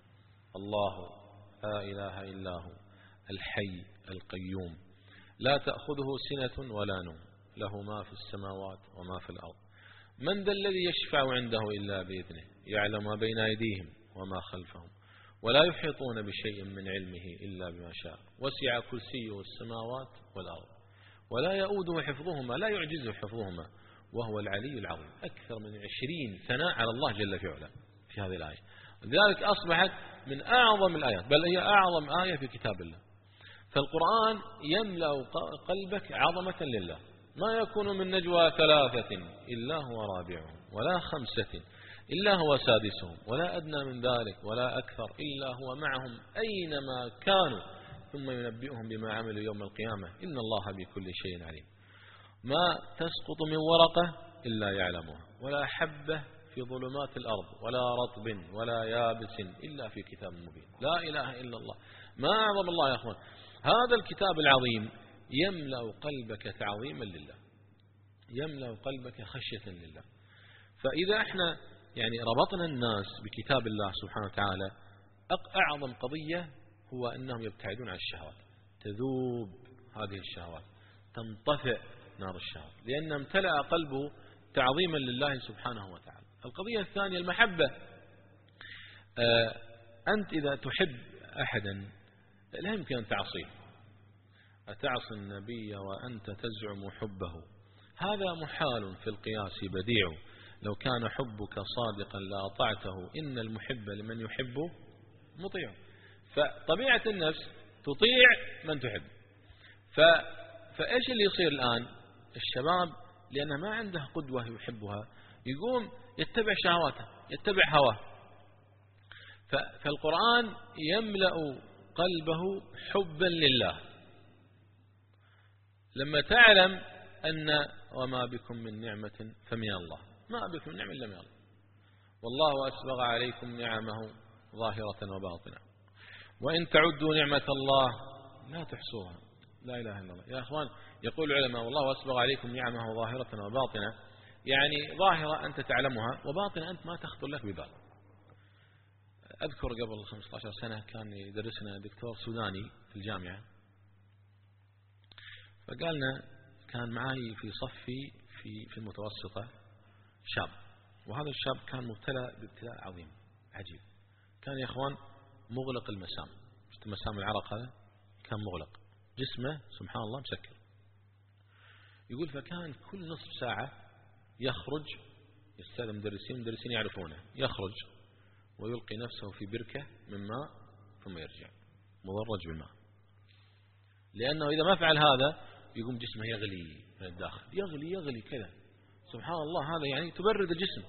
الله لا إله إلا هو الحي القيوم لا تأخذه سنة ولا نوم له ما في السماوات وما في الأرض من ذا الذي يشفع عنده إلا بإذنه يعلم ما بين أيديهم وما خلفهم ولا يحيطون بشيء من علمه إلا بما شاء وسع كرسيه السماوات والأرض ولا يؤوده حفظهما لا يعجزه حفظهما وهو العلي العظيم. أكثر من 20 ثناء على الله جل في علا في هذه الآية. لذلك أصبحت من أعظم الآيات بل هي أعظم آية في كتاب الله. فالقرآن يملأ قلبك عظمة لله. ما يكون من نجوى 3 إلا هو رابعهم ولا 5 إلا هو سادسهم ولا أدنى من ذلك ولا أكثر إلا هو معهم أينما كانوا ثم ينبئهم بما عملوا يوم القيامة إن الله بكل شيء عليم. ما تسقط من ورقة إلا يعلمها ولا حبة في ظلمات الأرض ولا رطب ولا يابس إلا في كتاب مبين. لا إله إلا الله. ما أعظم الله يا أخوان. هذا الكتاب العظيم يملأ قلبك تعظيما لله يملأ قلبك خشية لله. فإذا احنا يعني ربطنا الناس بكتاب الله سبحانه وتعالى أعظم قضية هو أنهم يبتعدون عن الشهوات. تذوب هذه الشهوات تنطفئ نار الشهوات لأن امتلأ قلبه تعظيما لله سبحانه وتعالى. القضية الثانية المحبة. أنت إذا تحب أحدا لا يمكن أن تعصيه. أتعصي النبي وأنت تزعم حبه هذا محال في القياس بديع لو كان حبك صادقا لأطعته إن المحب لمن يحبه مطيع. فطبيعة النفس تطيع من تحب. فإيش اللي يصير الآن الشباب لأنه ما عنده قدوة يحبها يقوم يتبع شهواته يتبع هواه. فالقرآن يملأ قلبه حبا لله. لما تعلم أن وما بكم من نعمة فمن الله ما بكم من نعمة إلا من الله والله أسبغ عليكم نعمه ظاهرة وباطنة وإن تعدوا نعمة الله لا تحصوها. لا إله إلا الله. يا أخوان يقول العلماء والله أسبغ عليكم نعمه ظاهرة وباطنة يعني ظاهرة أنت تعلمها وباطنة أنت ما تخطر لك ببال. أذكر قبل 15 سنة كان يدرسنا دكتور سوداني في الجامعة فقالنا كان معي في صفي في المتوسطة شاب وهذا الشاب كان مبتلى بابتلاء عظيم عجيب. كان يا أخوان مغلق المسام. شفت مسام العرق هذا كان مغلق جسمه سبحان الله مسكر. يقول فكان كل نصف ساعة يخرج يستاذن مدرسين يعرفونه يخرج ويلقي نفسه في بركة من ماء ثم يرجع مضرج بالماء لأنه إذا ما فعل هذا يقوم جسمه يغلي من الداخل يغلي كذا سبحان الله. هذا يعني تبرد الجسم.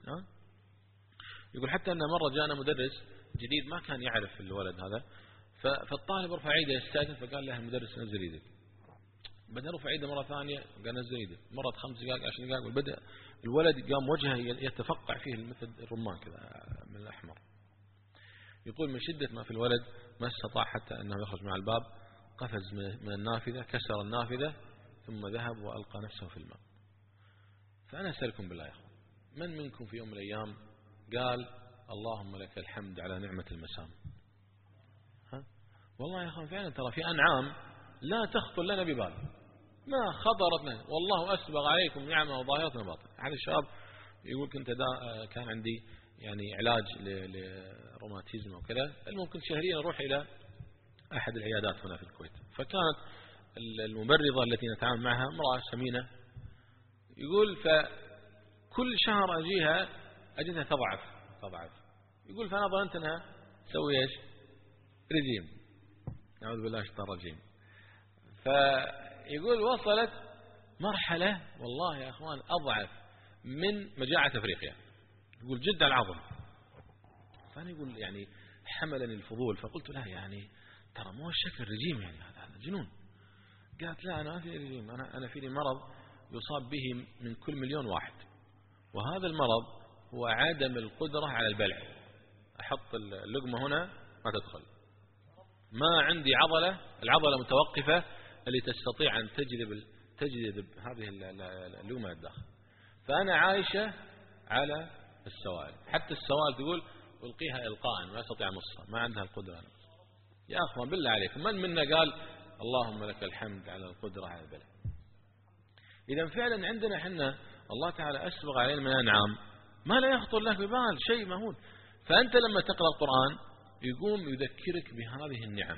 يقول حتى أن مرة جاءنا مدرس جديد ما كان يعرف الولد هذا فالطالب رفع يده يستأذن فقال له المدرس نزل يدك. بدأ رفع يده مرة ثانية قال نزل يدك. مرة 5 دقائق 10 دقائق وبدأ الولد قام وجهه يتفقع فيه مثل الرمان كذا من الأحمر. يقول من شدة ما في الولد ما استطاع حتى أنه يخرج مع الباب قفز من النافذة كسر النافذة ثم ذهب وألقى نفسه في الماء. فأنا أسألكم بالله يا أخوان من منكم في يوم من الأيام قال اللهم لك الحمد على نعمة المسام؟ والله يا أخوان فعلا ترى في أنعام لا تخطر لنا ببال ما خطرتنا. والله أسبغ عليكم نعمة وظاهرة وباطنة. أحد الشباب يقول كنت كان عندي يعني علاج لروماتيزم وكذا الممكن شهريا أروح إلى أحد العيادات هنا في الكويت. فكانت الممرضة التي نتعامل معها امرأة سمينة. يقول فكل شهر أجيها تضعف. يقول فأنا ظننت أنها تسوي إيش رجيم. نعوذ بالله من الشيطان الرجيم. يقول وصلت مرحلة والله يا أخوان أضعف من مجاعة أفريقيا، يقول جد العظم. فأنا يقول يعني حملني الفضول، فقلت له يعني ترى مو الشكل رجيم، يعني هذا جنون. قالت لا أنا ما في رجيم، أنا فيني مرض يصاب به من كل 1,000,000 واحد، وهذا المرض هو عدم القدرة على البلع. أحط اللقمة هنا ما تدخل، ما عندي العضلة متوقفة اللي تستطيع أن تجذب هذه اللقمة للداخل. فأنا عايشة على السوائل، حتى السوائل تقول ألقيها إلقاء ما استطيع مصها، ما عندها القدرة. يا أخوان بالله عليكم من منا قال اللهم لك الحمد على القدرة على البلع؟ إذا فعلا عندنا حنا الله تعالى أسبغ علينا من الأنعام ما لا يخطر لك ببال، شيء مهول. فأنت لما تقرأ القرآن يقوم يذكرك بهذه النعم.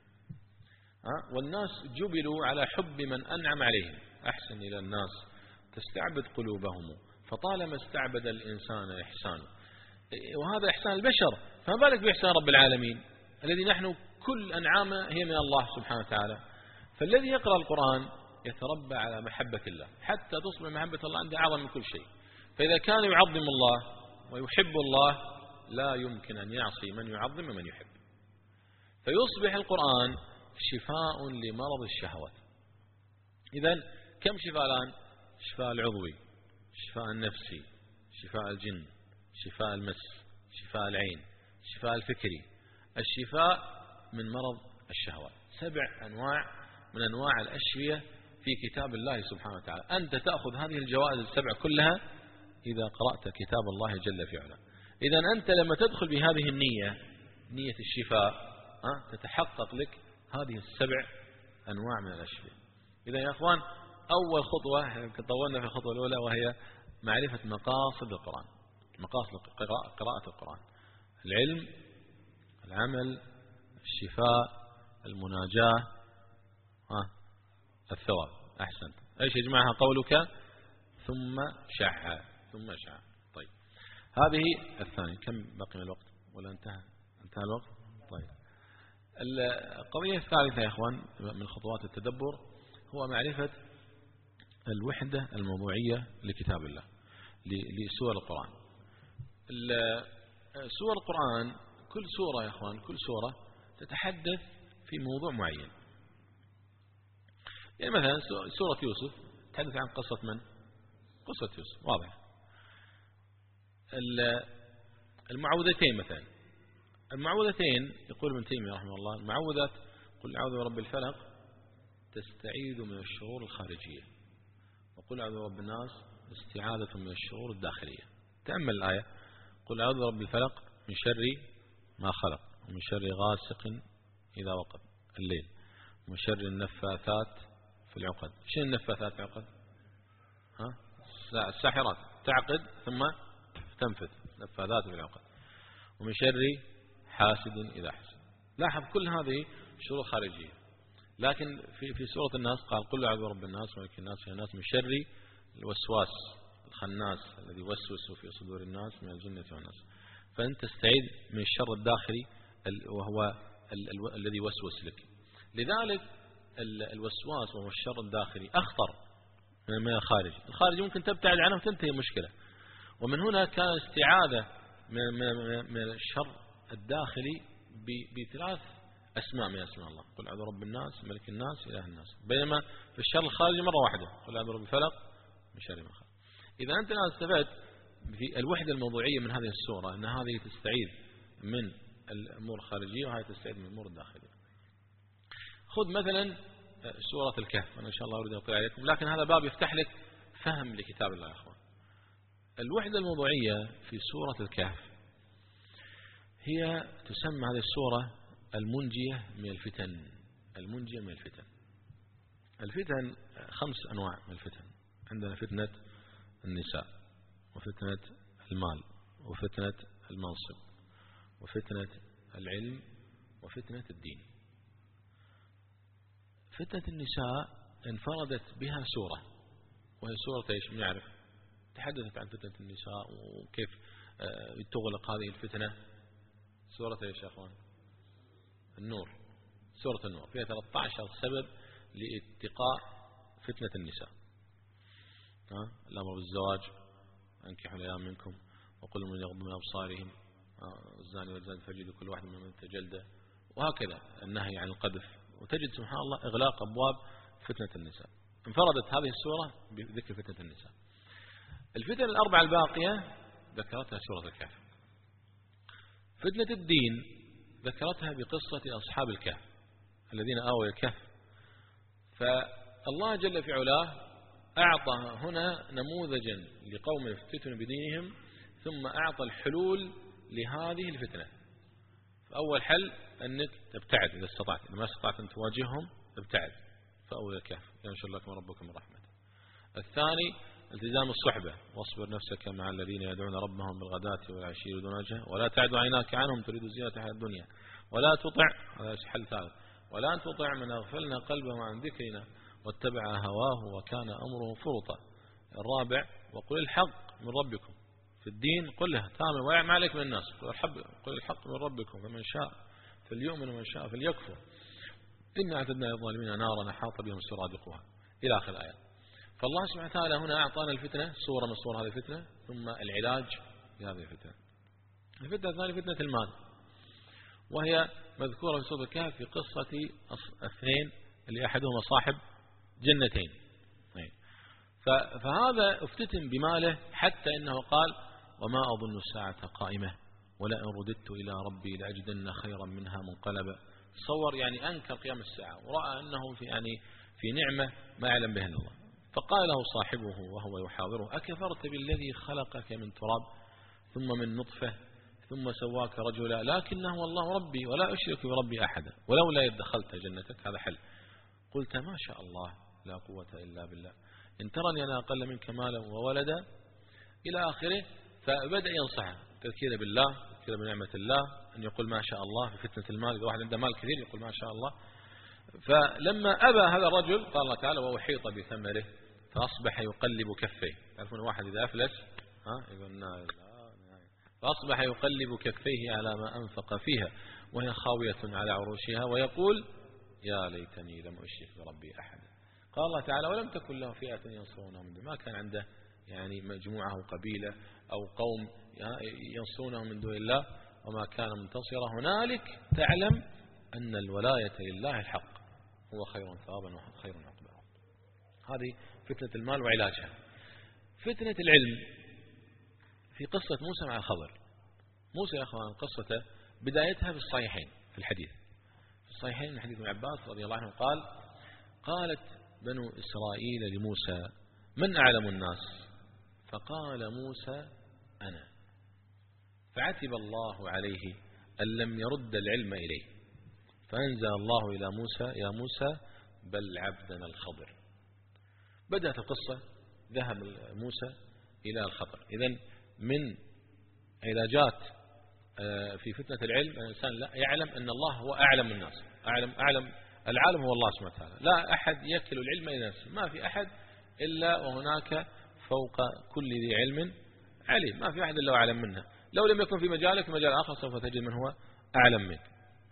والناس جبلوا على حب من أنعم عليهم. أحسن إلى الناس تستعبد قلوبهم، فطالما استعبد الإنسان إحسانه، وهذا إحسان البشر، فما بالك بإحسان رب العالمين الذي نحن كل أنعامه هي من الله سبحانه وتعالى. فالذي يقرأ القرآن يتربى على محبة الله حتى تصبح محبة الله عنده أعظم من كل شيء. فإذا كان يعظم الله ويحب الله لا يمكن أن يعصي من يعظم ومن يحب. فيصبح القرآن شفاء لمرض الشهوات. إذن كم شفاء الآن؟ شفاء العضوي، شفاء النفسي، شفاء الجن، شفاء المس، شفاء العين، شفاء الفكري، الشفاء من مرض الشهوات. 7 أنواع من أنواع الأشفية في كتاب الله سبحانه وتعالى. أنت تأخذ هذه الجوائز 7 كلها إذا قرأت كتاب الله جل في علاه. إذا أنت لما تدخل بهذه النية، نية الشفاء، تتحقق لك هذه 7 أنواع من الأشفية. إذا يا أخوان أول خطوة طولنا في الخطوة الأولى وهي معرفة مقاصد القرآن، مقاصد قراءة القرآن: العلم، العمل، الشفاء، المناجاة، الثواب. أحسنت. إيش يجمعها قولك ثم شع. طيب هذه الثانية. كم بقي من الوقت ولا انتهى الوقت؟ طيب القضية الثالثة يا إخوان من خطوات التدبر هو معرفة الوحدة الموضوعية لكتاب الله، لسور القرآن. سور القرآن كل سورة يا إخوان، كل سورة تتحدث في موضوع معين. يعني مثلا سورة يوسف تتحدث عن قصة من؟ قصة يوسف، واضح. المعوذتين مثلا، المعوذتين يقول ابن تيمية رحمه الله: المعوذات قل أعوذ برب الفلق تستعيذ من الشرور الخارجية، وقل أعوذ برب الناس استعاذة من الشرور الداخلية. تأمل الآية: قل أعوذ برب الفلق من شر ما خلق، ومن شر غاسق إذا وقب الليل، ومن شر النفاثات في العقد. شنو النفاثات في العقد؟ الساحرات، تعقد ثم تنفث، نفاثات في العقد. ومن شر حاسد إذا حسد. لاحظ كل هذه شرور خارجية. لكن في سورة الناس قال: قل أعوذ برب الناس ملك الناس إله الناس من شر الوسواس الخناس الذي يوسوس في صدور الناس من الجنة والناس. فأنت تستعيذ من الشر الداخلي وهو الذي يوسوس لك. لذلك الوسواس وهو الشر الداخلي أخطر من الخارجي. الخارجي ممكن تبتعد عنه وتنتهي المشكلة. ومن هنا كان استعاذة من الشر الداخلي ب3 أسماء من أسماء الله: قل أعوذ برب الناس ملك الناس إله الناس. بينما في الشر الخارجي مرة واحدة: قل أعوذ برب الفلق من شر ما خلق. إذا أنت الآن استفدت في الوحدة الموضوعية من هذه السورة أن هذه تستعيذ من الأمور الخارجية وهذه تستعيذ من الأمور الداخلية. خذ مثلا سورة الكهف، أنا إن شاء الله أريد أن أقول عليكم، لكن هذا باب يفتح لك فهم لكتاب الله يا أخوان. الوحدة الموضوعية في سورة الكهف هي تسمى هذه السورة المنجية من الفتن. المنجية من الفتن. الفتن 5 أنواع من الفتن. عندنا فتنة النساء، وفتنة المال، وفتنة المنصب، وفتنة العلم، وفتنة الدين. فتنة النساء انفردت بها سورة، وهي سورة ايش؟ نعرف تحدثت عن فتنة النساء وكيف تغلق هذه الفتنة. سورة ايش يا اخوان؟ النور. سورة النور فيها 13 سبب لاتقاء فتنة النساء. الأمر بالزواج، أنكحوا الأيام منكم وقل من يغضوا من أبصارهم، الزاني والزاني فجلدوا كل واحد منهم جلدة، وهكذا النهي عن القذف. وتجد سبحان الله إغلاق أبواب فتنة النساء. انفردت هذه السورة بذكر فتنة النساء. الفتن الأربعة الباقية ذكرتها سورة الكهف. فتنة الدين ذكرتها بقصة أصحاب الكهف الذين آووا الكهف. فالله جل في علاه أعطى هنا نموذجا لقوم يفتتون بدينهم، ثم أعطى الحلول لهذه الفتنة. فأول حل أنك تبتعد إذا استطعت، إذا ما استطعت أن تواجههم ابتعد، فأول الكهف ينشر لكم ربكم من رحمته. الثاني التزام الصحبة، واصبر نفسك مع الذين يدعون ربهم بالغداة والعشي يريدون وجهه ولا تعد عيناك عنهم تريد زينة الحياة الدنيا ولا تطع، هذا حل ثالث، ولا تطع من أغفلنا قلبه عن ذكرنا واتبع هواه وكان أمره فرطا. الرابع وقل الحق من ربكم في الدين، قل له تامر ما عليك من الناس، قل الحق من ربكم فمن شاء فليؤمن ومن شاء فليكفر إن اعتدنا للظالمين نارا أحاط بهم سرادقها إلى آخر الآيات. فالله سبحانه وتعالى هنا أعطانا الفتنة، صورة من صور هذه الفتنة، ثم العلاج لهذه الفتنة. الفتنة الثانية فتنة المال، وهي مذكورة في سورة الكهف في قصة اثنين اللي أحدهما صاحب جنتين. فهذا افتتن بماله حتى إنه قال وما أظن الساعة قائمة ولئن رددت إلى ربي لأجدن خيرا منها منقلبا. تصور يعني أنكر قيام الساعة ورأى أنه في نعمة ما يعلم بها الله. فقال له صاحبه وهو يحاوره أكفرت بالذي خلقك من تراب ثم من نطفة ثم سواك رجلا لكنه الله ربي ولا أشرك بربي أحدا ولولا إذ دخلت جنتك. هذا حل. قلت ما شاء الله لا قوة إلا بالله إن ترني أنا أقل منك مالا وولدا إلى آخره. فبدأ ينصحه تذكير بالله، تذكير بنعمة الله، أن يقول ما شاء الله في فتنة المال. إذا واحد عنده مال كثير يقول ما شاء الله. فلما أبى هذا الرجل قال الله تعالى وأحيط بثمره فأصبح يقلب كفيه. تعرفون واحد إذا أفلس يقول فأصبح يقلب كفيه على ما أنفق فيها وهي خاوية على عروشها ويقول يا ليتني لم أشرك بربي أحدا. قال الله تعالى ولم تكن له فئة ينصرونه من دون، ما كان عنده يعني مجموعة قبيلة أو قوم ينصرونه من دون الله وما كان منتصرا. هنالك تعلم أن الولاية لله الحق هو خير ثوابا وخير عقبا. هذه فتنة المال وعلاجها. فتنة العلم في قصة موسى مع الخضر. موسى يا أخوان قصته بدايتها في الصحيحين في الحديث، في الصحيحين من حديث ابن عباس رضي الله عنه قال قالت بنو إسرائيل لموسى من أعلم الناس؟ فقال موسى أنا. فعتب الله عليه أن لم يرد العلم إليه، فأنزل الله إلى موسى يا موسى بل عبدنا الخضر. بدأت القصة ذهب موسى إلى الخضر. إذن من علاجات في فتنة العلم الإنسان لا يعلم أن الله هو أعلم الناس. أعلم العالم هو الله سبحانه وتعالى، لا أحد يكل العلم إلى نفسه، ما في أحد إلا وهناك فوق كل ذي علم عليم، ما في أحد إلا وأعلم منه. لو لم يكن في مجالك في مجال آخر سوف تجد من هو أعلم منك.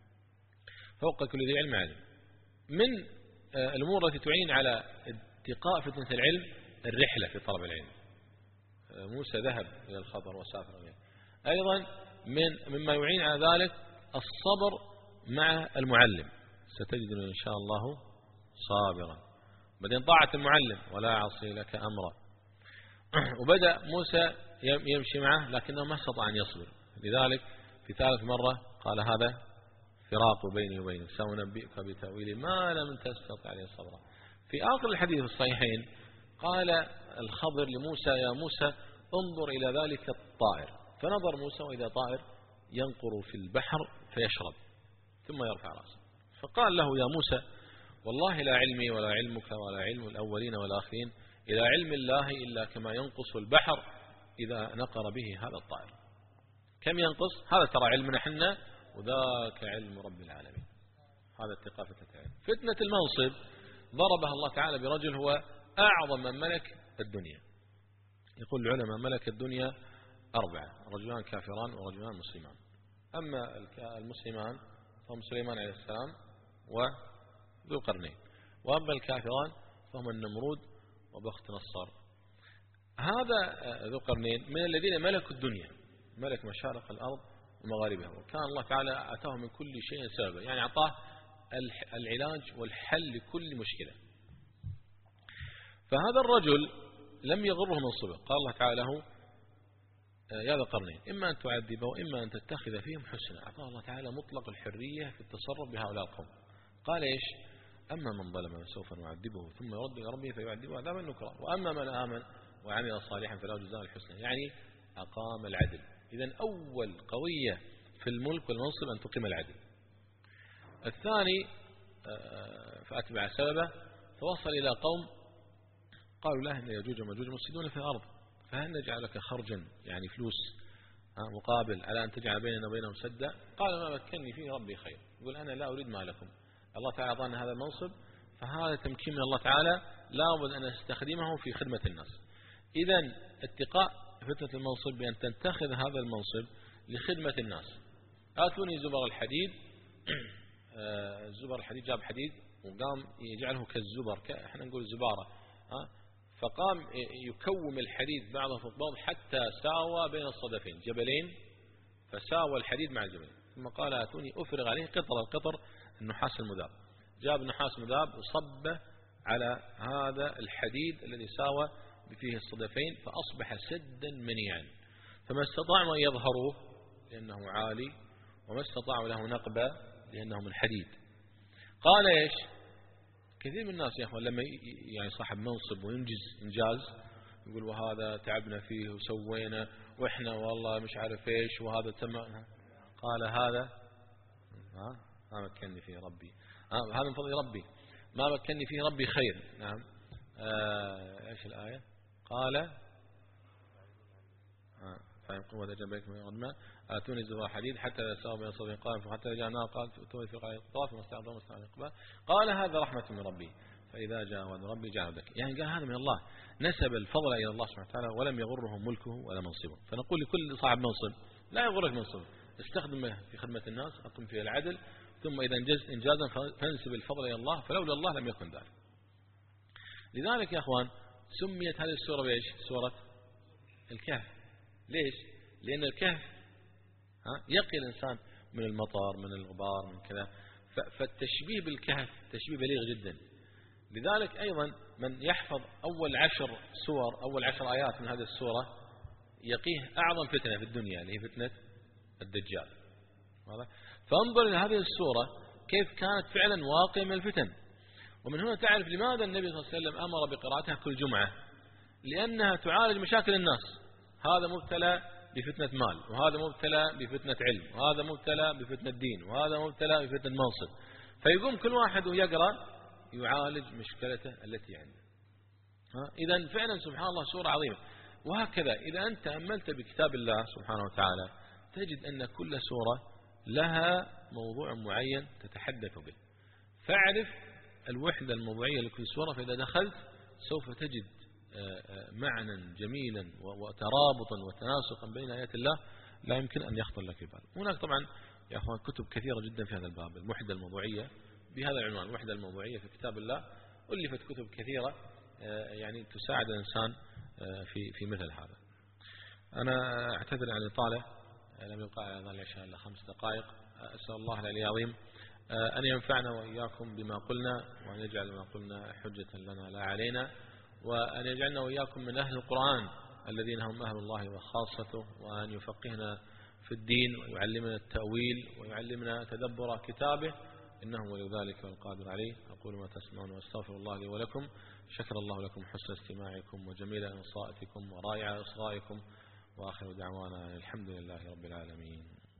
فوق كل ذي علم عليم. من الأمور التي تعين على اتقاء فتنة العلم الرحلة في طلب العلم. موسى ذهب إلى الخضر وسافر إليه. أيضا مما يعين على ذلك الصبر مع المعلم، ستجدني إن شاء الله صابرا. بعدين طاعة المعلم ولا أعصي لك أمرا. وبدأ موسى يمشي معه لكنه ما استطاع أن يصبر، لذلك في ثالث مرة قال هذا فراق بيني وبينك سأنبئك بتأويل ما لم تستطع عليه صبرا. في آخر الحديث الصحيحين قال الخضر لموسى يا موسى انظر إلى ذلك الطائر. فنظر موسى وإذا طائر ينقر في البحر فيشرب ثم يرفع رأسه. فقال له يا موسى والله لا علمي ولا علمك ولا علم الأولين والآخرين إلى علم الله إلا كما ينقص البحر إذا نقر به هذا الطائر. كم ينقص؟ هذا ترى علمنا حنا وذاك علم رب العالمين. هذا اتقاء فتنة العلم. فتنة المنصب ضربها الله تعالى برجل هو أعظم من ملك الدنيا. يقول العلماء ملك الدنيا 4، رجلان كافران ورجلان مسلمان. أما المسلمان فهم سليمان عليه السلام وذو القرنين، وأما الكافران فهم النمرود وبخت نصر. هذا ذو القرنين من الذين ملكوا الدنيا، ملك مشارق الأرض ومغاربها، وكان الله تعالى أتاه من كل شيء سببا، يعني أعطاه العلاج والحل لكل مشكلة. فهذا الرجل لم يغره منصبه، قال الله تعالى له يا ذا القرنين إما أن تعذبه وإما أن تتخذ فيهم حسنا. أعطاه الله تعالى مطلق الحرية في التصرف بهؤلاء القوم. قال إيش؟ أما من ظلم سوف نعذبه ثم يرد إلى ربه فيعذبه عذابا نكرا، وأما من آمن وعمل صالحا فله جزاء الحسنى، يعني أقام العدل. إذن أول قضية في الملك والمنصب أن تقيم العدل. الثاني فأتبع سببه فوصل إلى قوم قالوا له إن يجوج ومجوج مفسدون في الأرض فهل نجعل لك خرجا، يعني فلوس مقابل على أن تجعل بيننا وبينهم سدا؟ قال ما مكنني فيه ربي خير. يقول أنا لا أريد مالكم، الله تعالى أعطانا هذا المنصب، فهذا تمكين من الله تعالى لابد أن استخدمه في خدمة الناس. إذن اتقاء فتنة المنصب بأن تتخذ هذا المنصب لخدمة الناس. آتوني زبر الحديد. زبر الحديد جاب حديد وقام يجعله كالزبر، احنا نقول زبارة، فقام يكوم الحديد بعضه فوق بعض حتى ساوى بين الصدفين جبلين، فساوى الحديد مع الجبلين. ثم قال آتوني أفرغ عليه قطر، القطر النحاس المذاب، جاب نحاس مذاب وصبه على هذا الحديد الذي ساوى فيه الصدفين فأصبح سدا منيعا، فما استطاعوا أن يظهروه لأنه عالي، وما استطاعوا له نقبة لأنه من حديد. قال إيش؟ كثير من الناس يا أخوان لما يعني صاحب منصب وينجز إنجاز يقول وهذا تعبنا فيه وسوينا وإحنا والله مش عارف إيش وهذا تم. قال هذا ما مكنني فيه ربي، هذا من فضل ربي، ما مكنني فيه ربي خير. نعم. إيش الآية؟ قال فإن قوة جنبك من غدماء آتوني زبر حديد حتى لا ساوى بين صدفين قال فحتى رجع النار قال تؤتوني في قاع الطواف ومستعظم مستعظم القباء قال هذا رحمة من ربي فإذا جاء وعد ربي جعل ذكي. يعني قال هذا من الله، نسب الفضل إلى الله سبحانه وتعالى ولم يغره ملكه ولا منصبه. فنقول لكل صاحب منصب لا يغرك منصبه، استخدمه في خدمة الناس، أقم فيه العدل، ثم إذا انجزت إنجازا فانسب الفضل إلى الله، فلولا الله لم يكن ذلك. لذلك يا أخوان سميت هذه السورة بإيش؟ سورة الكهف. ليش؟ لأن الكهف يقي الإنسان من المطر من الغبار من كذا، فالتشبيه بالكهف تشبيه بليغ جدا. لذلك أيضا من يحفظ أول 10 سور أول 10 آيات من هذه السورة يقيه أعظم فتنة في الدنيا اللي هي فتنة الدجال. فانظر إلى هذه السورة كيف كانت فعلا واقع من الفتن. ومن هنا تعرف لماذا النبي صلى الله عليه وسلم أمر بقراءتها كل جمعة، لأنها تعالج مشاكل الناس. هذا مبتلى بفتنة مال، وهذا مبتلى بفتنة علم، وهذا مبتلى بفتنة دين، وهذا مبتلى بفتنة منصب، فيقوم كل واحد ويقرأ يعالج مشكلته التي عنده. إذن فعلا سبحان الله سورة عظيمة. وهكذا إذا أنت تأملت بكتاب الله سبحانه وتعالى تجد أن كل سورة لها موضوع معين تتحدث به، فاعرف الوحدة الموضوعية لكل سورة، فإذا دخلت سوف تجد معنى جميلا وترابطا وتناسقا بين آيات الله لا يمكن أن يخطر لك البال. هناك طبعا يا أخوان كتب كثيرة جدا في هذا الباب، الوحدة الموضوعية بهذا العنوان، الوحدة الموضوعية في كتاب الله، ألفت كتب كثيرة يعني تساعد الإنسان في مثل هذا. أنا أعتذر عن الإطالة، لم يبقى على هذا العشاء إلا 5 دقائق. أسأل الله العلي العظيم أن ينفعنا وإياكم بما قلنا، وأن يجعل ما قلنا حجة لنا لا علينا، وأن يجعلنا وإياكم من أهل القرآن الذين هم أهل الله وخاصته، وأن يفقهنا في الدين ويعلمنا التأويل ويعلمنا تدبر كتابه، إنه ولي ذلك والقادر عليه. أقول ما تسمعون واستغفر الله لي ولكم. شكر الله لكم حسن استماعكم وجميل إنصاتكم ورائع إصغائكم، وآخر دعوانا الحمد لله رب العالمين.